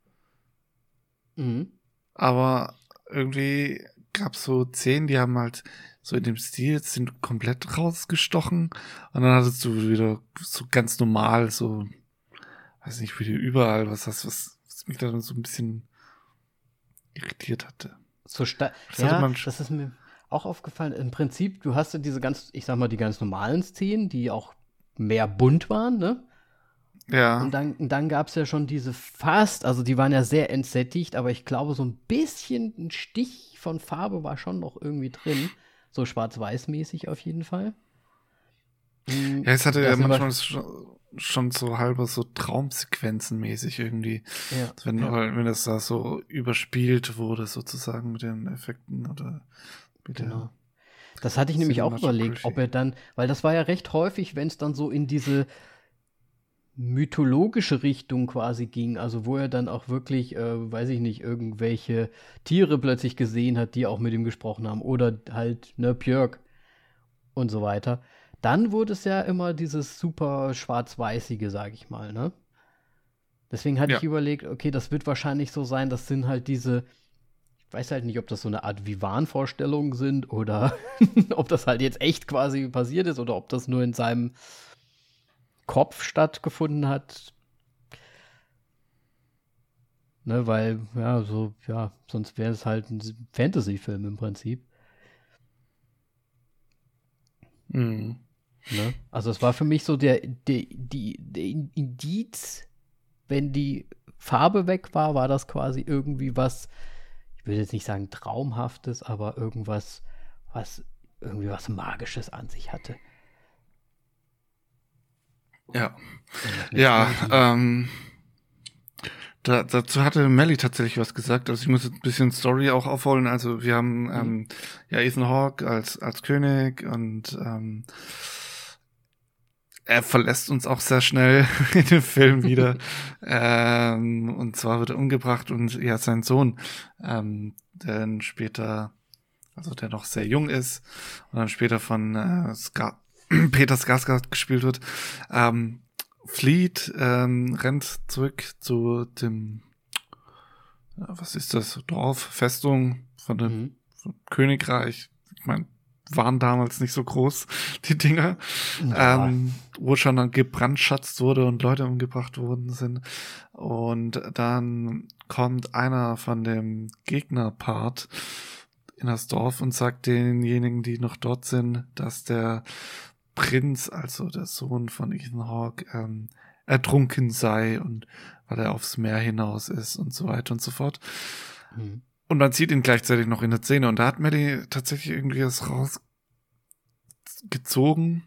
Mhm. Aber irgendwie gab es so Szenen, die haben halt so in dem Stil sind komplett rausgestochen und dann hattest du wieder so ganz normal so, weiß nicht, wie überall was hast, was, was mich da dann so ein bisschen irritiert hatte. So sta- das ja, das ist mir auch aufgefallen. Im Prinzip, du hast ja diese ganz, ich sag mal, die ganz normalen Szenen, die auch mehr bunt waren, ne? Ja. Und dann, dann gab es ja schon diese fast, also die waren ja sehr entsättigt, aber ich glaube, so ein bisschen ein Stich von Farbe war schon noch irgendwie drin. So schwarz-weiß-mäßig auf jeden Fall. Ja, es hatte ja manchmal schon, schon so halber so Traumsequenzen mäßig irgendwie. Ja, wenn, ja. wenn das da so überspielt wurde sozusagen mit den Effekten oder mit genau. Das hatte ich nämlich auch überlegt, Cinematography. ob er dann, weil das war ja recht häufig, wenn es dann so in diese mythologische Richtung quasi ging, also wo er dann auch wirklich, äh, weiß ich nicht, irgendwelche Tiere plötzlich gesehen hat, die auch mit ihm gesprochen haben oder halt, ne, Björk und so weiter. Dann wurde es ja immer dieses super schwarz-weißige, sag ich mal, ne? Deswegen hatte Ja. ich überlegt, okay, das wird wahrscheinlich so sein, das sind halt diese, ich weiß halt nicht, ob das so eine Art wie Wahnvorstellungen sind oder ob das halt jetzt echt quasi passiert ist oder ob das nur in seinem Kopf stattgefunden hat. Ne, weil, ja, so, ja, sonst wäre es halt ein Fantasy-Film im Prinzip. Mhm. Ne? Also es war für mich so der, der, die, der Indiz, wenn die Farbe weg war, war das quasi irgendwie was, ich würde jetzt nicht sagen Traumhaftes, aber irgendwas, was irgendwie was Magisches an sich hatte. Ja. Und was mit Ja, Flügeln. ähm, da, dazu hatte Melly tatsächlich was gesagt. Also ich muss jetzt ein bisschen Story auch aufholen. Also wir haben Mhm. ähm, ja Ethan Hawke als als König und ähm, er verlässt uns auch sehr schnell in dem Film wieder. ähm, und zwar wird er umgebracht und ja sein Sohn, ähm, der dann später, also der noch sehr jung ist und dann später von äh, Ska Peter Skarsgård gespielt wird, ähm, flieht, ähm, rennt zurück zu dem, ja, was ist das, Dorf, Festung von dem Mhm. von Königreich. Ich meine, waren damals nicht so groß, die Dinger, Ja. ähm, wo schon dann gebrandschatzt wurde und Leute umgebracht worden sind. Und dann kommt einer von dem Gegnerpart in das Dorf und sagt denjenigen, die noch dort sind, dass der Prinz, also der Sohn von Ethan Hawke, ähm, ertrunken sei und weil er aufs Meer hinaus ist und so weiter und so fort. Mhm. Und man sieht ihn gleichzeitig noch in der Szene und da hat Maddie tatsächlich irgendwie was rausgezogen,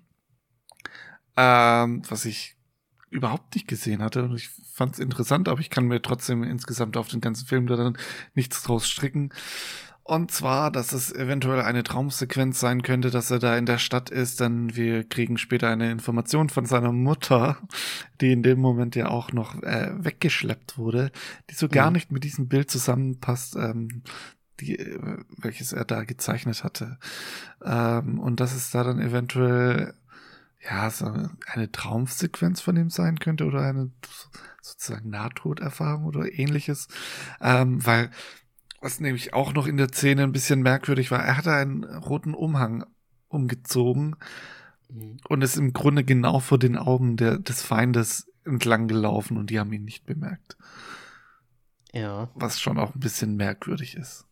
ähm, was ich überhaupt nicht gesehen hatte und ich fand es interessant, aber ich kann mir trotzdem insgesamt auf den ganzen Film da dann nichts draus stricken. Und zwar, dass es eventuell eine Traumsequenz sein könnte, dass er da in der Stadt ist, denn wir kriegen später eine Information von seiner Mutter, die in dem Moment ja auch noch äh, weggeschleppt wurde, die so gar Mhm. nicht mit diesem Bild zusammenpasst, ähm, die, äh, welches er da gezeichnet hatte. Ähm, und dass es da dann eventuell ja, so eine Traumsequenz von ihm sein könnte oder eine sozusagen Nahtoderfahrung oder ähnliches. Ähm, weil, was nämlich auch noch in der Szene ein bisschen merkwürdig war, er hatte einen roten Umhang umgezogen Mhm. und ist im Grunde genau vor den Augen der, des Feindes entlang gelaufen und die haben ihn nicht bemerkt. Ja. Was schon auch ein bisschen merkwürdig ist.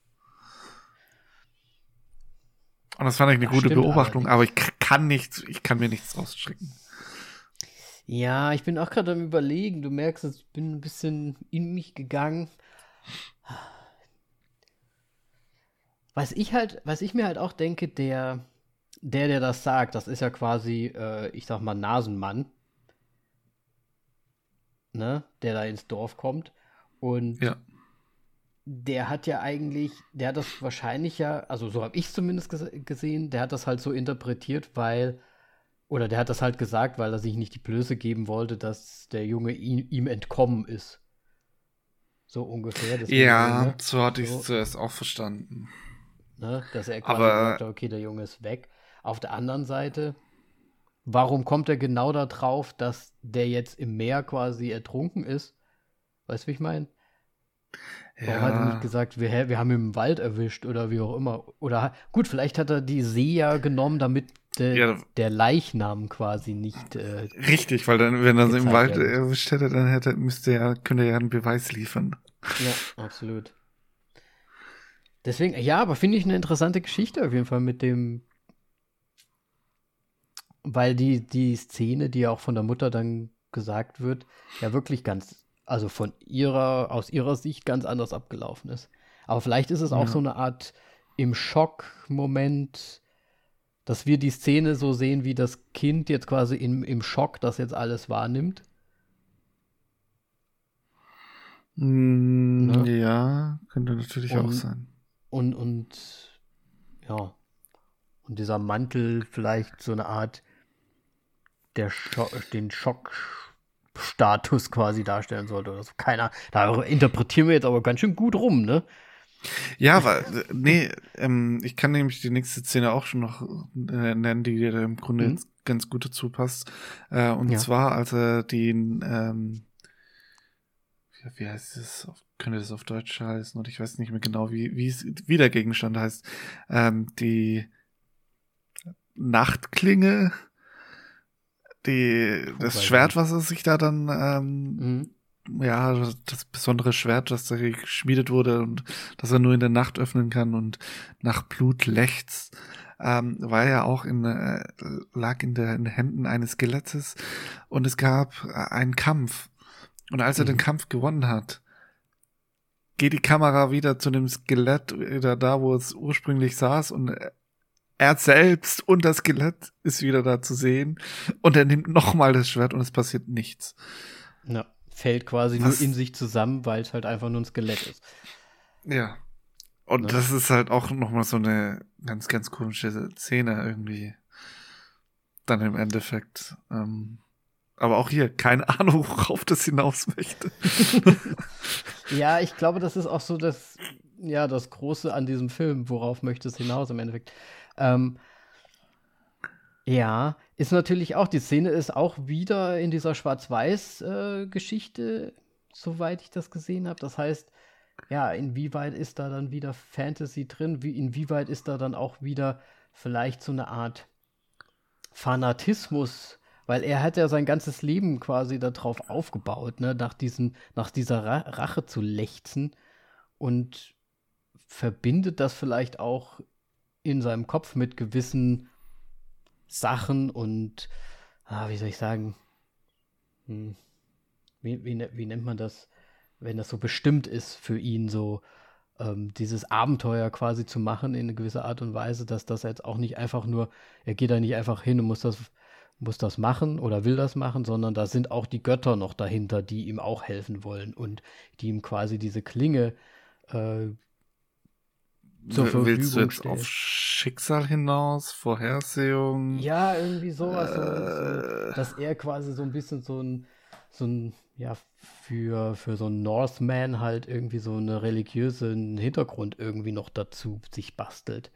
Und das fand ich eine Das gute stimmt Beobachtung, aber allerdings. ich kann nichts, ich kann mir nichts rausstricken. Ja, ich bin auch gerade am Überlegen. Du merkst, ich bin ein bisschen in mich gegangen. Was ich halt, was ich mir halt auch denke, der, der, der das sagt, das ist ja quasi, äh, ich sag mal, Nasenmann, ne, der da ins Dorf kommt. Und Ja. der hat ja eigentlich, der hat das wahrscheinlich ja, also so habe ich es zumindest ges gesehen, der hat das halt so interpretiert, weil, oder der hat das halt gesagt, weil er sich nicht die Blöße geben wollte, dass der Junge ihm, ihm entkommen ist. So ungefähr, deswegen so, Ja, ne? so hatte ich es So, zuerst auch verstanden. ne? Dass er quasi gesagt Aber hat, okay, der Junge ist weg. Auf der anderen Seite, warum kommt er genau da drauf, dass der jetzt im Meer quasi ertrunken ist? Weißt du, wie ich meine? Warum hat er nicht ja, gesagt, wir, hä, wir haben ihn im Wald erwischt oder wie auch immer? Oder gut, vielleicht hat er die See ja genommen, damit de, ja, der Leichnam quasi nicht äh, richtig, weil dann, wenn er sie im gezeigt Wald werden muss. erwischt hätte, dann hätte, müsste er, könnte er ja einen Beweis liefern. Ja, absolut. Deswegen, ja, aber finde ich eine interessante Geschichte auf jeden Fall mit dem, weil die, die Szene, die ja auch von der Mutter dann gesagt wird, ja wirklich ganz, also von ihrer, aus ihrer Sicht ganz anders abgelaufen ist. Aber vielleicht ist es auch so Ja. eine Art im Schock-Moment, dass wir die Szene so sehen, wie das Kind jetzt quasi im, im Schock das jetzt alles wahrnimmt. Mm, Ne? ja, könnte natürlich auch Und, sein. und, und, ja. und dieser Mantel vielleicht so eine Art der Scho- den Schockstatus quasi darstellen sollte oder so. Keiner. Da interpretieren wir jetzt aber ganz schön gut rum, ne? Ja, aber nee, ähm, ich kann nämlich die nächste Szene auch schon noch äh, nennen, die dir im Grunde Mhm. jetzt ganz gut dazu passt. Äh, und Ja. zwar, als er den, ähm, wie, wie heißt es, auf, könnte das auf Deutsch heißen, und ich weiß nicht mehr genau, wie, wie es, wie der Gegenstand heißt, ähm, die Nachtklinge, die, Puh, das weiß ich Schwert, nicht. was er sich da dann, ähm, Mhm. ja, das, das besondere Schwert, das da geschmiedet wurde und das er nur in der Nacht öffnen kann und nach Blut lechzt, ähm, war ja auch in, äh, lag in, der, in den Händen eines Skelettes und es gab äh, einen Kampf. Und als er den Mhm. Kampf gewonnen hat, geht die Kamera wieder zu dem Skelett, wieder da, wo es ursprünglich saß und er selbst und das Skelett ist wieder da zu sehen und er nimmt nochmal das Schwert und es passiert nichts. Ja. Fällt quasi Was? nur in sich zusammen, weil es halt einfach nur ein Skelett ist. Ja. Und Ne? das ist halt auch nochmal so eine ganz, ganz komische Szene irgendwie. Dann im Endeffekt. Ähm, aber auch hier, keine Ahnung, worauf das hinaus möchte. Ja, ich glaube, das ist auch so das, ja, das Große an diesem Film. Worauf möchte es hinaus im Endeffekt? Ähm, ja, ist natürlich auch, die Szene ist auch wieder in dieser Schwarz-Weiß-Geschichte, soweit ich das gesehen habe. Das heißt, ja, inwieweit ist da dann wieder Fantasy drin? Wie, inwieweit ist da dann auch wieder vielleicht so eine Art Fanatismus? Weil er hat ja sein ganzes Leben quasi darauf aufgebaut, ne, nach diesen, nach dieser Ra Rache zu lechzen und verbindet das vielleicht auch in seinem Kopf mit gewissen Sachen und, ah, wie soll ich sagen, hm, wie, wie, ne- wie nennt man das, wenn das so bestimmt ist für ihn, so ähm, dieses Abenteuer quasi zu machen in eine gewisse Art und Weise, dass das jetzt auch nicht einfach nur, er geht da nicht einfach hin und muss das, muss das machen oder will das machen, sondern da sind auch die Götter noch dahinter, die ihm auch helfen wollen und die ihm quasi diese Klinge äh, zur Willst du Verfügung jetzt auf stellen. Schicksal hinaus? Vorhersehung? Ja, irgendwie sowas, so, so, Äh, dass er quasi so ein bisschen so ein, so ein, ja, für, für so einen Northman halt irgendwie so einen religiösen Hintergrund irgendwie noch dazu sich bastelt.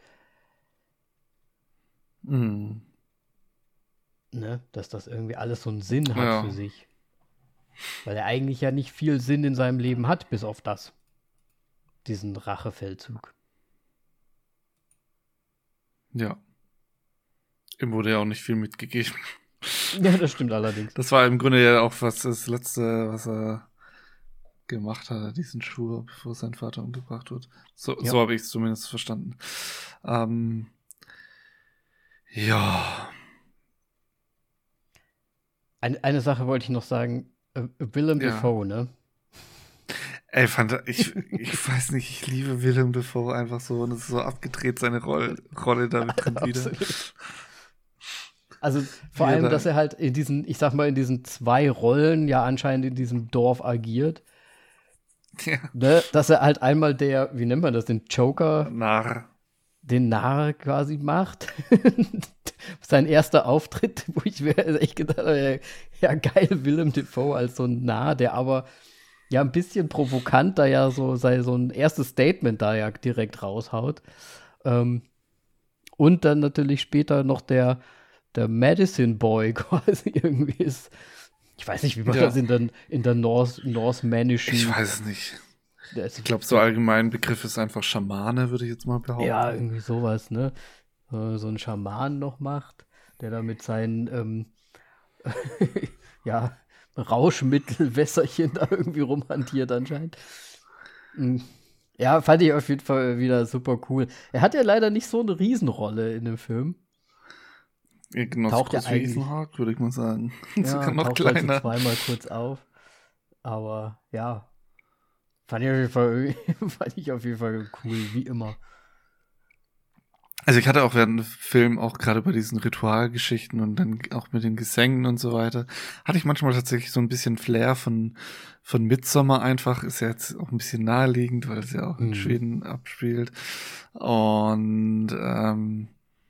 hm, Ne? Dass das irgendwie alles so einen Sinn hat für ja, sich. Weil er eigentlich ja nicht viel Sinn in seinem Leben hat, bis auf das. Diesen Rachefeldzug. ja. Ihm wurde ja auch nicht viel mitgegeben. Ja, das stimmt allerdings. Das war im Grunde ja auch was das Letzte, was er gemacht hat, diesen Schwur, bevor sein Vater umgebracht wird. So, Ja. so habe ich es zumindest verstanden. Ähm, ja. Ein, eine Sache wollte ich noch sagen. Äh, Willem Ja. Dafoe, ne? Ey, fand, ich, ich weiß nicht, ich liebe Willem Dafoe einfach so und es ist so abgedreht, seine Rolle, Rolle da mit drin wieder. Absolut. Also vor Wie er allem, da- dass er halt in diesen, ich sag mal, in diesen zwei Rollen ja anscheinend in diesem Dorf agiert. Ja, Ne? Dass er halt einmal der, wie nennt man das, den Joker, Narr. den Narr quasi macht. Sein erster Auftritt, wo ich mir echt gedacht habe, ja, ja geil, Willem Dafoe als so ein Narr, der aber ja ein bisschen provokant da ja so, sei, so ein erstes Statement da ja direkt raushaut. Ähm, und dann natürlich später noch der, der Medicine Boy quasi irgendwie ist. Ich weiß nicht, wie man Ja. das in der, in der North, Northmännischen. Ich weiß es nicht. Also, Ich glaube, so allgemein Begriff ist einfach Schamane, würde ich jetzt mal behaupten. ja, irgendwie sowas, ne? So, so ein Schaman noch macht, der da mit seinen, ähm, ja, Rauschmittelwässerchen da irgendwie rumhantiert anscheinend. Mm. Ja, fand ich auf jeden Fall wieder super cool. Er hat ja leider nicht so eine Riesenrolle in dem Film. Ja, genau, Taucht so ja groß wie eigentlich- Ethan Hawke, würde ich mal sagen. Ja, Sogar noch taucht halt so kleiner. zweimal kurz auf. Aber ja, fand ich auf jeden Fall, fand ich auf jeden Fall cool, wie immer. Also ich hatte auch während dem Film auch gerade bei diesen Ritualgeschichten und dann auch mit den Gesängen und so weiter, hatte ich manchmal tatsächlich so ein bisschen Flair von, von Midsommar einfach. Ist ja jetzt auch ein bisschen naheliegend, weil es ja auch in Mhm. Schweden abspielt. Und ähm,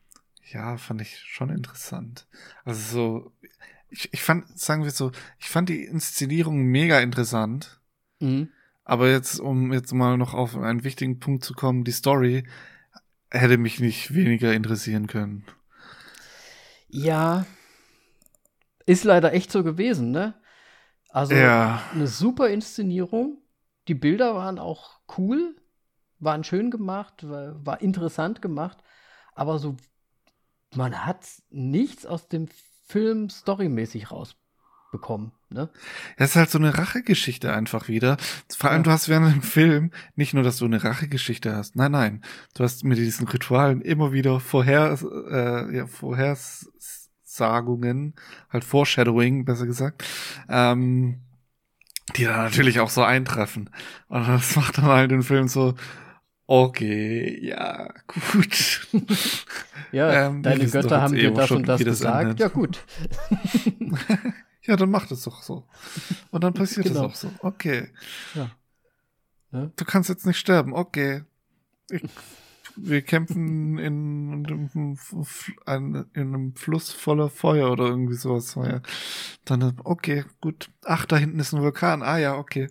ja, fand ich schon interessant. Also so, ich, ich fand, sagen wir so, ich fand die Inszenierung mega interessant. Mhm. Aber jetzt, um jetzt mal noch auf einen wichtigen Punkt zu kommen, die Story hätte mich nicht weniger interessieren können. Ja, ist leider echt so gewesen, ne? Also Ja, eine super Inszenierung. Die Bilder waren auch cool, waren schön gemacht, war, war interessant gemacht. Aber so, man hat nichts aus dem Film storymäßig rausbekommen, ne? es ist halt so eine Rachegeschichte einfach wieder. Vor allem, Ja. du hast während dem Film nicht nur, dass du eine Rachegeschichte hast. Nein, nein. Du hast mit diesen Ritualen immer wieder vorher, äh, ja, Vorhersagungen, halt Foreshadowing, besser gesagt, ähm, die dann natürlich auch so eintreffen. Und das macht dann halt den Film so, okay, ja, gut. Ja, ähm, wir deine wissen doch Götter jetzt haben eh dir auch das schon, und das wie das gesagt. endet. Ja, gut. Ja, dann macht es doch so. Und dann passiert es Genau. auch so. Okay. Ja. Ne? Du kannst jetzt nicht sterben. Okay. Ich, wir kämpfen in, einem F- in einem Fluss voller Feuer oder irgendwie sowas. Ja. Dann, okay, gut. Ach, da hinten ist ein Vulkan. Ah ja, okay.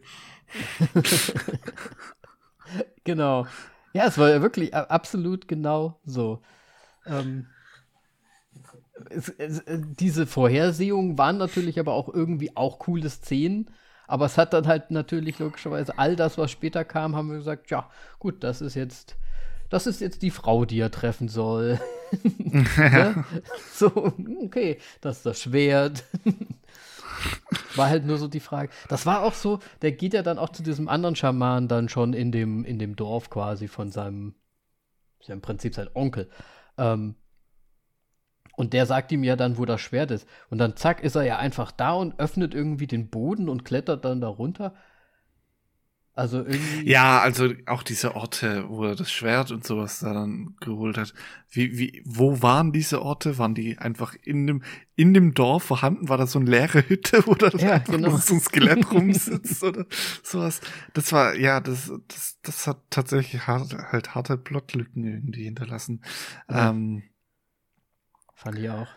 Genau. Ja, es war ja wirklich a- absolut genau so. Ähm, es, es, äh, diese Vorhersehungen waren natürlich aber auch irgendwie auch coole Szenen. Aber es hat dann halt natürlich logischerweise all das, was später kam, haben wir gesagt, ja, gut, das ist jetzt, das ist jetzt die Frau, die er treffen soll. Ne? So, okay, das ist das Schwert. War halt nur so die Frage. Das war auch so, der geht ja dann auch zu diesem anderen Schaman dann schon in dem, in dem Dorf quasi von seinem, ist ja im Prinzip sein Onkel. Ähm, und der sagt ihm ja dann, wo das Schwert ist. Und dann zack, ist er ja einfach da und öffnet irgendwie den Boden und klettert dann da runter. Also irgendwie. Ja, also auch diese Orte, wo er das Schwert und sowas da dann geholt hat. Wie, wie, wo waren diese Orte? Waren die einfach in dem, in dem Dorf vorhanden? War da so eine leere Hütte, wo da Ja, einfach genau. nur so ein Skelett rumsitzt oder sowas? Das war, ja, das, das, das hat tatsächlich hart, halt harte Plotlücken irgendwie hinterlassen. Ja. Ähm, Fand ich auch.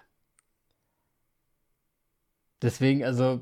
Deswegen, also,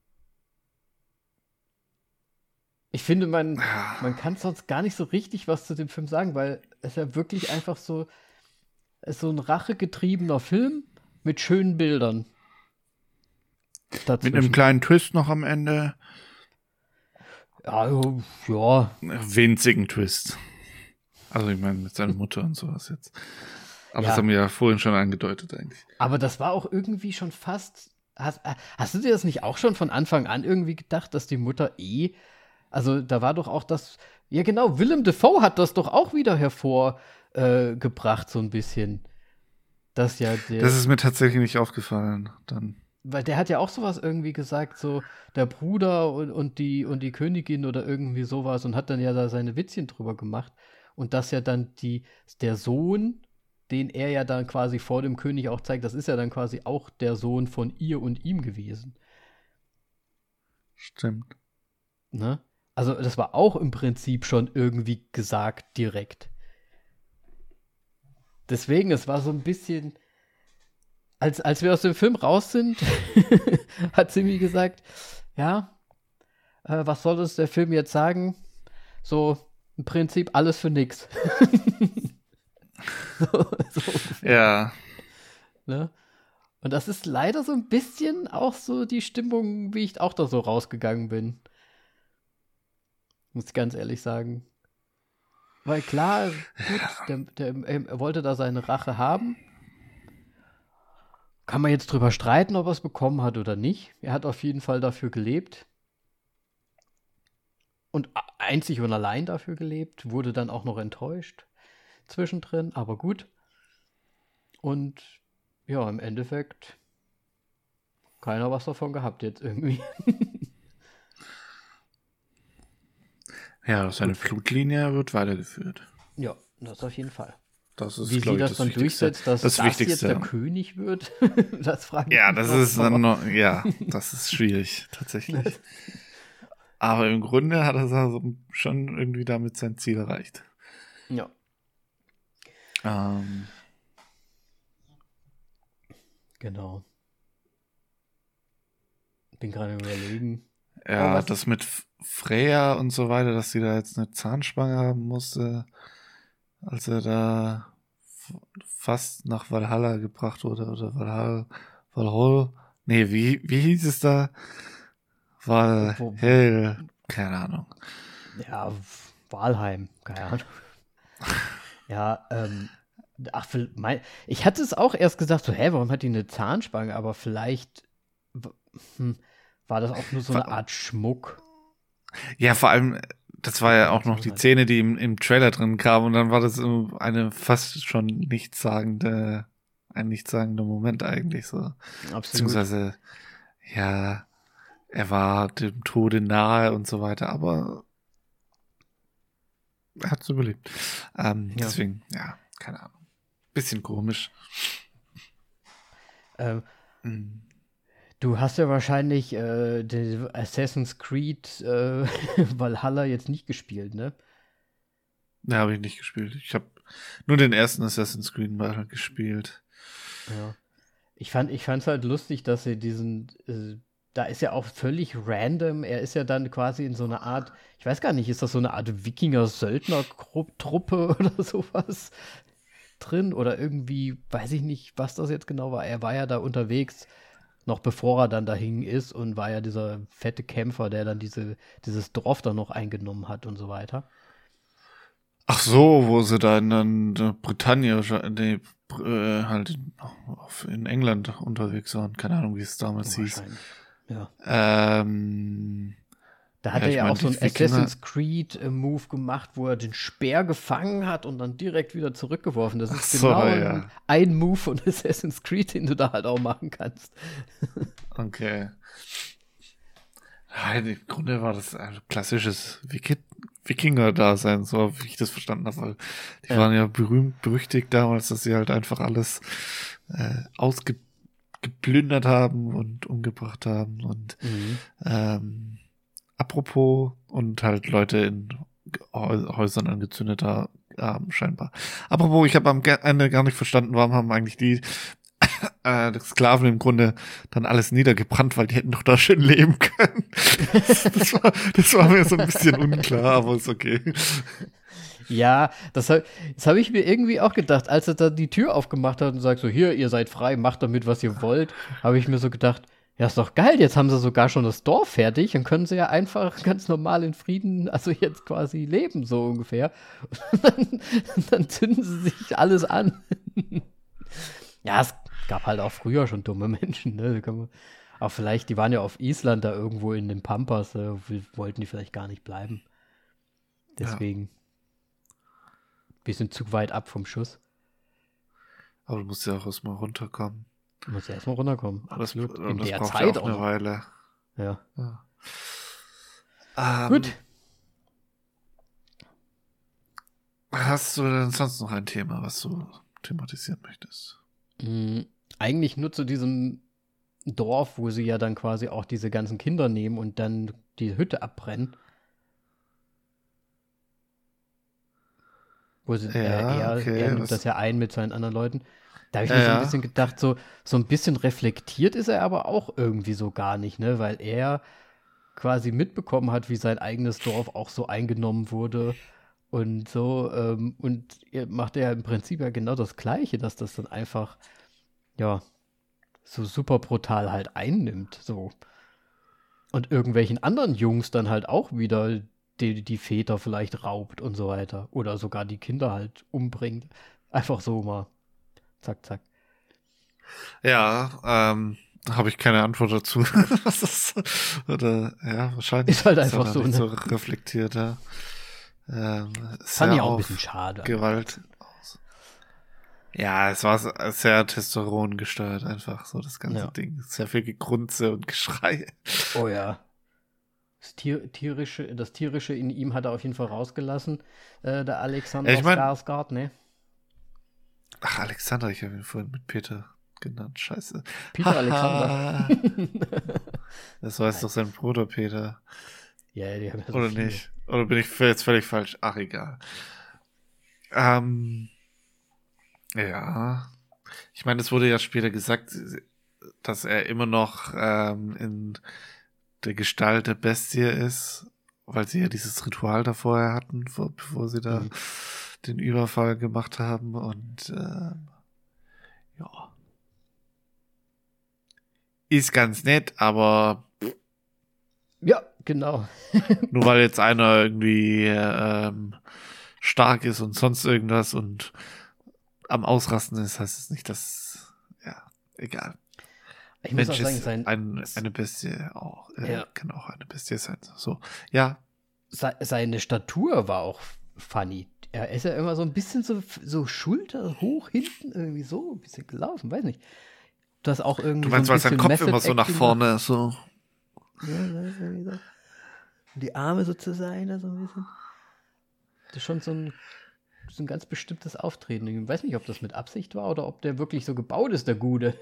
ich finde, man, ja. man kann sonst gar nicht so richtig was zu dem Film sagen, weil es ja wirklich einfach so, es ist so ein rachegetriebener Film mit schönen Bildern Mit dazwischen. einem kleinen Twist noch am Ende. Ja, ja. Winzigen Twist. Also ich meine, mit seiner Mutter und sowas jetzt. Aber Ja. das haben wir ja vorhin schon angedeutet eigentlich. Aber das war auch irgendwie schon fast. Hast, hast du dir das nicht auch schon von Anfang an irgendwie gedacht, dass die Mutter eh. Also da war doch auch das. Ja, genau, Willem Dafoe hat das doch auch wieder hervorgebracht, äh, gebracht, so ein bisschen. Dass ja der. Das ist mir tatsächlich nicht aufgefallen. Dann. Weil der hat ja auch sowas irgendwie gesagt, so der Bruder und, und, die, und die Königin oder irgendwie sowas und hat dann ja da seine Witzchen drüber gemacht. Und dass ja dann die, der Sohn, den er ja dann quasi vor dem König auch zeigt, das ist ja dann quasi auch der Sohn von ihr und ihm gewesen. Stimmt. Ne? Also das war auch im Prinzip schon irgendwie gesagt direkt. Deswegen, es war so ein bisschen, als, als wir aus dem Film raus sind, hat sie mir gesagt, ja, äh, was soll uns der Film jetzt sagen? So, im Prinzip alles für nix. so, so Ja. ne? Und das ist leider so ein bisschen auch so die Stimmung, wie ich auch da so rausgegangen bin. Muss ich ganz ehrlich sagen. Weil klar, gut, der, der, er wollte da seine Rache haben. Kann man jetzt drüber streiten, ob er es bekommen hat oder nicht. Er hat auf jeden Fall dafür gelebt. Und einzig und allein dafür gelebt. Wurde dann auch noch enttäuscht zwischendrin, aber gut. Und ja, im Endeffekt keiner was davon gehabt jetzt irgendwie. Ja, seine Blutlinie wird weitergeführt. Ja, das auf jeden Fall. Das ist, Wie sie glaub ich, das, das dann Wichtigste. durchsetzt, dass Das das, Wichtigste. jetzt der König wird, das frage ich Ja, mich das noch, ist dann aber- noch, ja, das ist schwierig, tatsächlich. Aber im Grunde hat er so schon irgendwie damit sein Ziel erreicht. Ja. Ähm, Genau. Bin gerade überlegen. Ja, was- das mit F- Freya und so weiter, dass sie da jetzt eine Zahnspange haben musste, als er da f- fast nach Valhalla gebracht wurde, oder Valhall, Valhall. Nee, wie, wie hieß es da? Wo- wo- Valhall, keine Ahnung. Ja, Walheim, keine Ahnung. Ja, ähm, ach, vil- mein, ich hatte es auch erst gesagt, so, hä, warum hat die eine Zahnspange? Aber vielleicht w- hm, war das auch nur so eine Ver- Art Schmuck. Ja, vor allem, das war ja auch noch die Halt. Szene, die im, im Trailer drin kam, und dann war das so eine fast schon nichtssagende, ein nichtssagender Moment eigentlich so. Absolut. Beziehungsweise, ja, er war dem Tode nahe und so weiter, aber er hat es überlebt. Ähm, Ja. Deswegen, ja, keine Ahnung. Bisschen komisch. Ähm, Mhm. du hast ja wahrscheinlich äh, den Assassin's Creed äh, Valhalla jetzt nicht gespielt, ne? Ne, habe ich nicht gespielt. Ich habe nur den ersten Assassin's Creed mal gespielt. Ja. Ich fand, ich fand's halt lustig, dass sie diesen, äh, da ist ja auch völlig random, er ist ja dann quasi in so einer Art, ich weiß gar nicht, ist das so eine Art Wikinger-Söldner-Truppe oder sowas drin? Oder irgendwie, weiß ich nicht, was das jetzt genau war. Er war ja da unterwegs, noch bevor er dann dahin ist, und war ja dieser fette Kämpfer, der dann diese, dieses Dorf dann noch eingenommen hat und so weiter. Ach so, wo sie da in, in Britannien, nee, äh, halt in, auf- in England unterwegs waren. Keine Ahnung, wie es damals hieß. Wahrscheinlich. Ja. Ähm, Da hat Ja, er ich ja mein, auch so die einen Wikinger- Assassin's Creed-Move gemacht, wo er den Speer gefangen hat und dann direkt wieder zurückgeworfen. Das Ach ist so, genau ja. ein, ein Move von Assassin's Creed, den du da halt auch machen kannst. okay. Ja, im Grunde war das ein klassisches Wiki Wikinger-Dasein, so wie ich das verstanden habe. Weil die Ja. waren ja berühmt, berüchtigt damals, dass sie halt einfach alles äh, ausgeplündert haben und umgebracht haben. Und Mhm. ähm, apropos, und halt Leute in Häu- Häusern angezündet ha- haben, scheinbar. Apropos, ich habe am Ge- Ende gar nicht verstanden, warum haben eigentlich die äh, die Sklaven im Grunde dann alles niedergebrannt, weil die hätten doch da schön leben können. Das, das, war, das war mir so ein bisschen unklar, aber ist okay. Ja, das, hab- das habe ich mir irgendwie auch gedacht, als er da die Tür aufgemacht hat und sagt so, hier, ihr seid frei, macht damit, was ihr wollt, habe ich mir so gedacht, ja, ist doch geil, jetzt haben sie sogar schon das Dorf fertig und können sie ja einfach ganz normal in Frieden, also jetzt quasi leben, so ungefähr. Und dann, dann zünden sie sich alles an. Ja, es gab halt auch früher schon dumme Menschen, ne? Da kann man, auch vielleicht, die waren ja auf Island da irgendwo in den Pampas, äh, will- wollten die vielleicht gar nicht bleiben. Deswegen. Wir sind zu weit ab vom Schuss. Aber du musst ja auch erstmal runterkommen. Du musst ja erstmal runterkommen. Und das, Absolut. und In das der braucht Zeit ja auch auch eine noch. Weile. Ja. Ja. Ähm, Gut. Hast du denn sonst noch ein Thema, was du thematisieren möchtest? Mm, eigentlich nur zu diesem Dorf, wo sie ja dann quasi auch diese ganzen Kinder nehmen und dann die Hütte abbrennen. Wo sie, äh, Ja, er, okay, er nimmt was- das ja ein mit seinen anderen Leuten. Da habe ich Ja, mir so ein ja. bisschen gedacht, so, so ein bisschen reflektiert ist er aber auch irgendwie so gar nicht, ne? Weil er quasi mitbekommen hat, wie sein eigenes Dorf auch so eingenommen wurde und so. Ähm, und er macht er im Prinzip ja genau das Gleiche, dass das dann einfach, ja, so super brutal halt einnimmt, so. Und irgendwelchen anderen Jungs dann halt auch wieder die, die Väter vielleicht raubt und so weiter. Oder sogar die Kinder halt umbringt. Einfach so mal. Zack, zack. Ja, ähm, habe ich keine Antwort dazu. Was ist, oder, ja, wahrscheinlich. Ist halt er einfach da so, nicht ne? so reflektiert, ja. Ähm, Fand sehr ich auch ein auf bisschen schade. Gewalt aus. Ja, es war sehr Testosteron gesteuert, einfach so das ganze Ja. Ding. Sehr viel Gegrunze und Geschrei. Oh ja. Das, Tier, tierische, das Tierische in ihm hat er auf jeden Fall rausgelassen. Äh, der Alexander Ja, ich mein- Skarsgård, ne? Ach, Alexander, ich habe ihn vorhin mit Peter genannt. Scheiße. Peter Haha. Alexander. Das war jetzt doch sein Bruder Peter. Ja, die haben ja so Oder viele. nicht? Oder bin ich jetzt völlig falsch? Ach, egal. Ähm, ja. Ich meine, es wurde ja später gesagt, dass er immer noch ähm, in der Gestalt der Bestie ist, weil sie ja dieses Ritual da vorher hatten, vor, bevor sie da Mhm. den Überfall gemacht haben. Und ähm, ja, ist ganz nett, aber Ja, genau. nur weil jetzt einer irgendwie ähm, stark ist und sonst irgendwas und am Ausrasten ist, heißt es nicht, dass, ja, egal. Ich muss auch Mensch sagen, ist sein, ein, eine Bestie auch, äh, ja, kann auch eine Bestie sein. So, ja, se- seine Statur war auch funny. Er ist ja immer so ein bisschen so, so Schulter hoch hinten irgendwie so ein bisschen gelaufen, weiß nicht. Das auch du irgendwie so meinst, ein weil sein bisschen Kopf Method immer so nach Acting war. vorne ist, so. Ja, das ist irgendwie so. Und die Arme so zur Seite, so ein bisschen. Das ist schon so ein, so ein ganz bestimmtes Auftreten. Ich weiß nicht, ob das mit Absicht war oder ob der wirklich so gebaut ist, der Gude.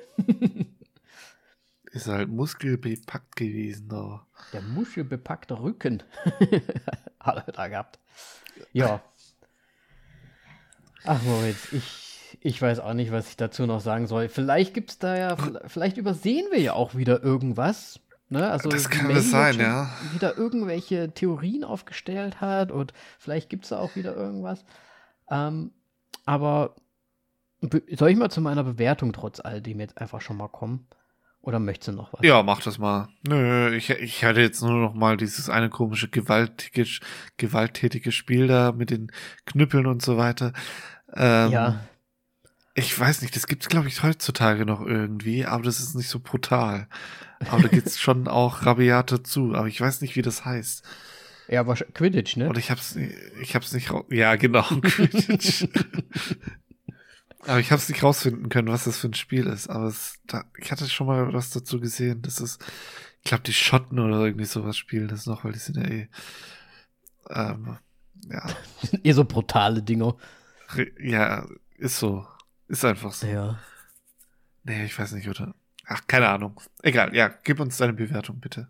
Ist halt muskelbepackt gewesen, da. Der muschelbepackte Rücken hat er da gehabt. Ja. Ach, Moritz, ich, ich weiß auch nicht, was ich dazu noch sagen soll. Vielleicht gibt es da ja, vielleicht übersehen wir ja auch wieder irgendwas. Ne? Also, Das wie kann es May sein, jetzt schon ja. wieder irgendwelche Theorien aufgestellt hat und vielleicht gibt es da auch wieder irgendwas. Ähm, aber be- soll ich mal zu meiner Bewertung trotz alledem jetzt einfach schon mal kommen? Oder möchtest du noch was? Ja, mach das mal. Nö, ich, ich hatte jetzt nur noch mal dieses eine komische gewaltige, gewalttätige Spiel da mit den Knüppeln und so weiter. Ja, Ähm, ich weiß nicht, das gibt's glaube ich heutzutage noch irgendwie, aber das ist nicht so brutal. Aber da geht's schon auch rabiater zu, aber ich weiß nicht, wie das heißt. ja, wahrsch- Quidditch, ne? Und ich hab's, ich hab's nicht raus, ja, genau, Quidditch. Aber ich hab's nicht rausfinden können, was das für ein Spiel ist. Aber es, da, ich hatte schon mal was dazu gesehen. Das ist, ich glaube, die Schotten oder irgendwie sowas spielen das noch, weil die sind ja eh, ähm, ja, Ihr so brutale Dinger. re- ja, ist so. Ist einfach so. Ja. Nee, ich weiß nicht, oder? Ach, keine Ahnung. Egal, ja, gib uns deine Bewertung, bitte.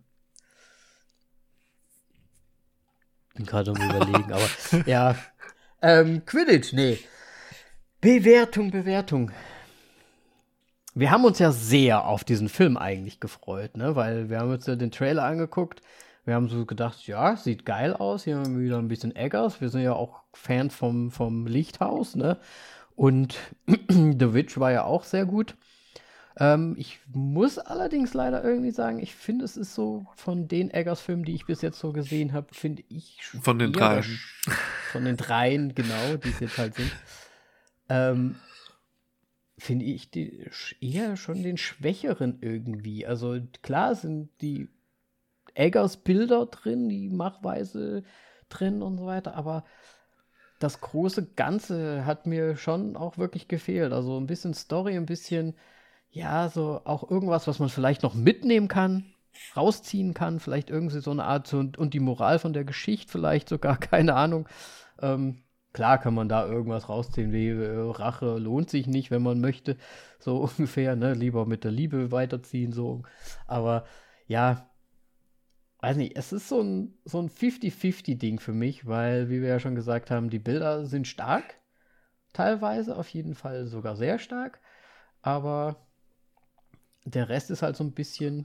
Bin gerade am Überlegen, aber ja. Ähm, Quidditch, nee. Bewertung, Bewertung. Wir haben uns ja sehr auf diesen Film eigentlich gefreut, ne? Weil wir haben uns ja den Trailer angeguckt. Wir haben so gedacht, ja, sieht geil aus. Hier haben wir wieder ein bisschen Eggers. Wir sind ja auch Fans vom, vom Lichthaus, ne? Und The Witch war ja auch sehr gut. Ähm, ich muss allerdings leider irgendwie sagen, ich finde, es ist so von den Eggers-Filmen, die ich bis jetzt so gesehen habe, finde ich Von den eher dreien. der Sch- von den dreien, genau, die es jetzt halt sind, ähm, finde ich die, sch- eher schon den schwächeren irgendwie. Also klar sind die Eggers-Bilder drin, die Machweise drin und so weiter, aber das große Ganze hat mir schon auch wirklich gefehlt. Also ein bisschen Story, ein bisschen, ja, so auch irgendwas, was man vielleicht noch mitnehmen kann, rausziehen kann, vielleicht irgendwie so eine Art, so, und die Moral von der Geschichte vielleicht sogar, keine Ahnung. Ähm, klar kann man da irgendwas rausziehen, wie äh, Rache lohnt sich nicht, wenn man möchte, so ungefähr, ne, lieber mit der Liebe weiterziehen, so. Aber ja, weiß nicht, es ist so ein, so ein fünfzig fünfzig-Ding für mich, weil, wie wir ja schon gesagt haben, die Bilder sind stark, teilweise, auf jeden Fall sogar sehr stark, aber der Rest ist halt so ein bisschen.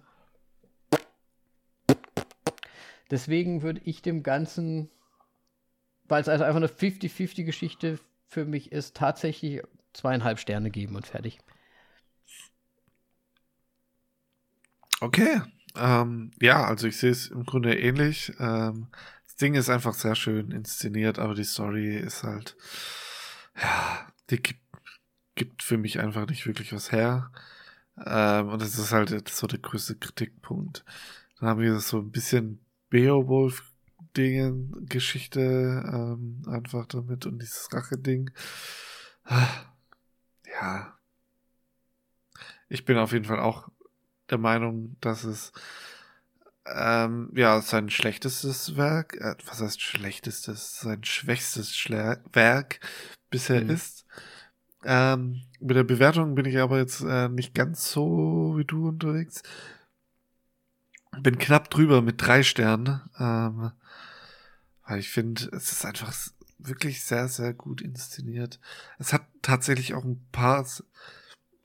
Deswegen würde ich dem Ganzen, weil es also einfach eine fünfzig fünfzig-Geschichte für mich ist, tatsächlich zweieinhalb Sterne geben und fertig. Okay. Ähm, ja, also ich sehe es im Grunde ähnlich. Ähm, das Ding ist einfach sehr schön inszeniert, aber die Story ist halt, ja, die gibt, gibt für mich einfach nicht wirklich was her. Ähm, und das ist halt jetzt so der größte Kritikpunkt. Dann haben wir so ein bisschen Beowulf-Dingen, Geschichte ähm, einfach damit und dieses Rache-Ding. Ja, ich bin auf jeden Fall auch der Meinung, dass es ähm, ja sein schlechtestes Werk, äh, was heißt schlechtestes, sein schwächstes Schle Werk bisher Hm. ist. Ähm, mit der Bewertung bin ich aber jetzt äh, nicht ganz so wie du unterwegs. Bin knapp drüber mit drei Sternen, ähm, weil ich finde, es ist einfach wirklich sehr, sehr gut inszeniert. Es hat tatsächlich auch ein paar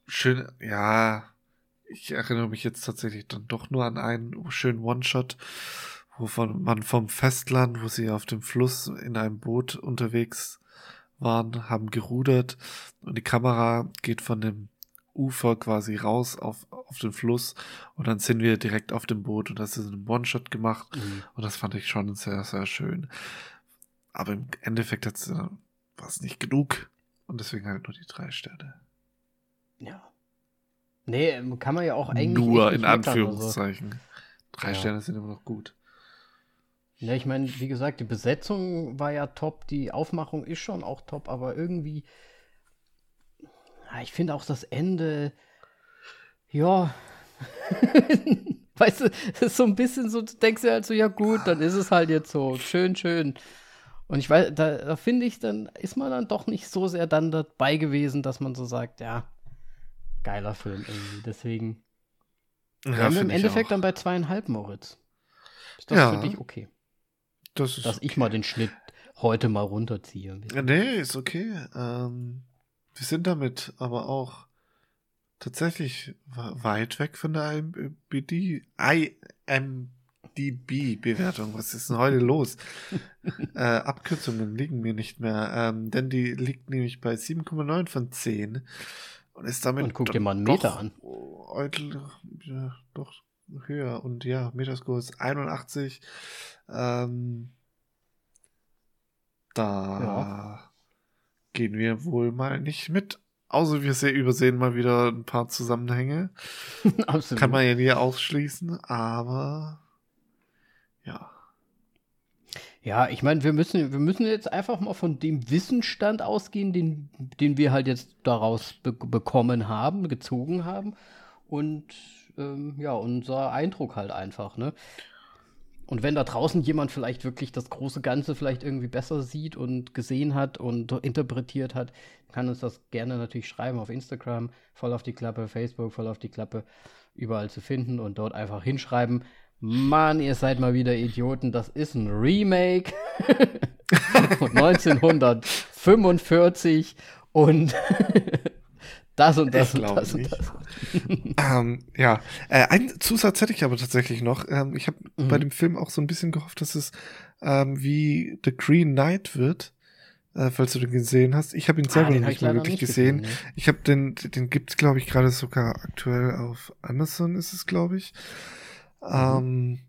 schön, ja, ich erinnere mich jetzt tatsächlich dann doch nur an einen schönen One-Shot, wovon man vom Festland, wo sie auf dem Fluss in einem Boot unterwegs waren, haben gerudert und die Kamera geht von dem Ufer quasi raus auf, auf den Fluss und dann sind wir direkt auf dem Boot und das ist ein One-Shot gemacht Mhm. und das fand ich schon sehr, sehr schön. Aber im Endeffekt hat's, äh, war es nicht genug und deswegen halt nur die drei Sterne. Ja. Nee, ähm, kann man ja auch eigentlich Nur echt in nicht meckern. Also, Anführungszeichen. Drei Ja. Sterne sind immer noch gut. ja, ich meine, wie gesagt, die Besetzung war ja top, die Aufmachung ist schon auch top, aber irgendwie, ja, ich finde auch das Ende, ja, weißt du, es ist so ein bisschen so, du denkst dir halt so, ja gut, dann ist es halt jetzt so, schön, schön. Und ich weiß, da, da finde ich, dann ist man dann doch nicht so sehr dann dabei gewesen, dass man so sagt, ja, geiler Film irgendwie. Deswegen Ja, wären wir im finde ich Endeffekt auch. dann bei zweieinhalb, Moritz. Ist das Ja. für dich okay? Das ist Dass ich mal den Schnitt heute mal runterziehe. Ein bisschen. Nee, ist okay. Ähm, wir sind damit aber auch tatsächlich wa- weit weg von der I M D B I M D B-Bewertung. Was ist denn heute los? äh, Abkürzungen liegen mir nicht mehr, ähm, denn die liegt nämlich bei sieben Komma neun von zehn und ist damit Und guck dir dann mal einen Meter doch, an. Eutel, ja, doch höher und ja, Metascore ist einundachtzig. Ähm, da gehen wir wohl mal nicht mit. Außer wir se- übersehen mal wieder ein paar Zusammenhänge. Absolut. Kann man ja nie ausschließen, aber ja. Ja, ich meine, wir müssen, wir müssen jetzt einfach mal von dem Wissensstand ausgehen, den, den wir halt jetzt daraus be bekommen haben, gezogen haben. Und ähm, ja, unser Eindruck halt einfach, ne? Und wenn da draußen jemand vielleicht wirklich das große Ganze vielleicht irgendwie besser sieht und gesehen hat und interpretiert hat, kann uns das gerne natürlich schreiben auf Instagram, voll auf die Klappe, Facebook, voll auf die Klappe, überall zu finden und dort einfach hinschreiben. Mann, ihr seid mal wieder Idioten, das ist ein Remake von neunzehnhundertfünfundvierzig und das und das Ich und glaube das und nicht. das. ähm, ja, äh, einen Zusatz hätte ich aber tatsächlich noch. Ähm, ich habe Mhm. bei dem Film auch so ein bisschen gehofft, dass es ähm, wie The Green Knight wird, äh, falls du den gesehen hast. Ich habe ihn selber Ah, den noch hab nicht ich mal leider wirklich nicht gesehen. gesehen, Ich habe den, den gibt's glaube ich gerade sogar aktuell auf Amazon ist es glaube ich. Ähm,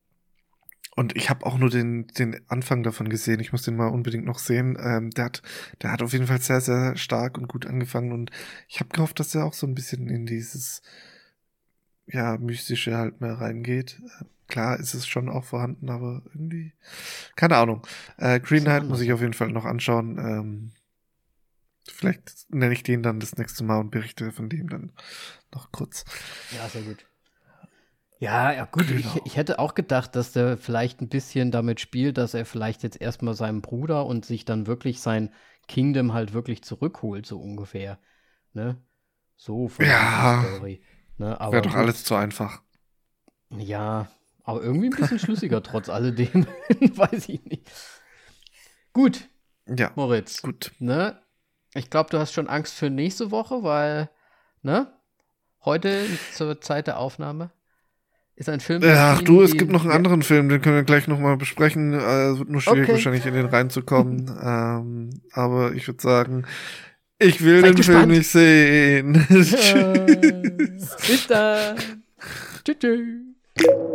und ich habe auch nur den, den Anfang davon gesehen. Ich muss den mal unbedingt noch sehen. Ähm, der hat, der hat auf jeden Fall sehr, sehr stark und gut angefangen. Und ich habe gehofft, dass er auch so ein bisschen in dieses, ja, mystische halt mehr reingeht. Äh, klar ist es schon auch vorhanden, aber irgendwie, keine Ahnung. Äh, Green Bisschen Knight muss anders. ich auf jeden Fall noch anschauen. Ähm, vielleicht nenne ich den dann das nächste Mal und berichte von dem dann noch kurz. Ja, sehr gut. Ja, ja gut, Genau. ich, ich hätte auch gedacht, dass der vielleicht ein bisschen damit spielt, dass er vielleicht jetzt erstmal seinen Bruder und sich dann wirklich sein Kingdom halt wirklich zurückholt, so ungefähr. Ne? So von Ja. der Story. Ne? Aber Wäre doch gut, alles zu einfach. ja, aber irgendwie ein bisschen schlüssiger trotz alledem. Weiß ich nicht. Gut, Ja, Moritz. gut. Ne? Ich glaube, du hast schon Angst für nächste Woche, weil, ne? Heute zur Zeit der Aufnahme ist ein Film. Ach erschienen, du, es den- gibt noch einen Ja. anderen Film, den können wir gleich nochmal besprechen. Äh, Es wird nur schwierig, Okay. wahrscheinlich in den reinzukommen. ähm, aber ich würde sagen, ich will Seid den Film gespannt. nicht sehen. Äh, Bis dann. Tschüss. tschüss.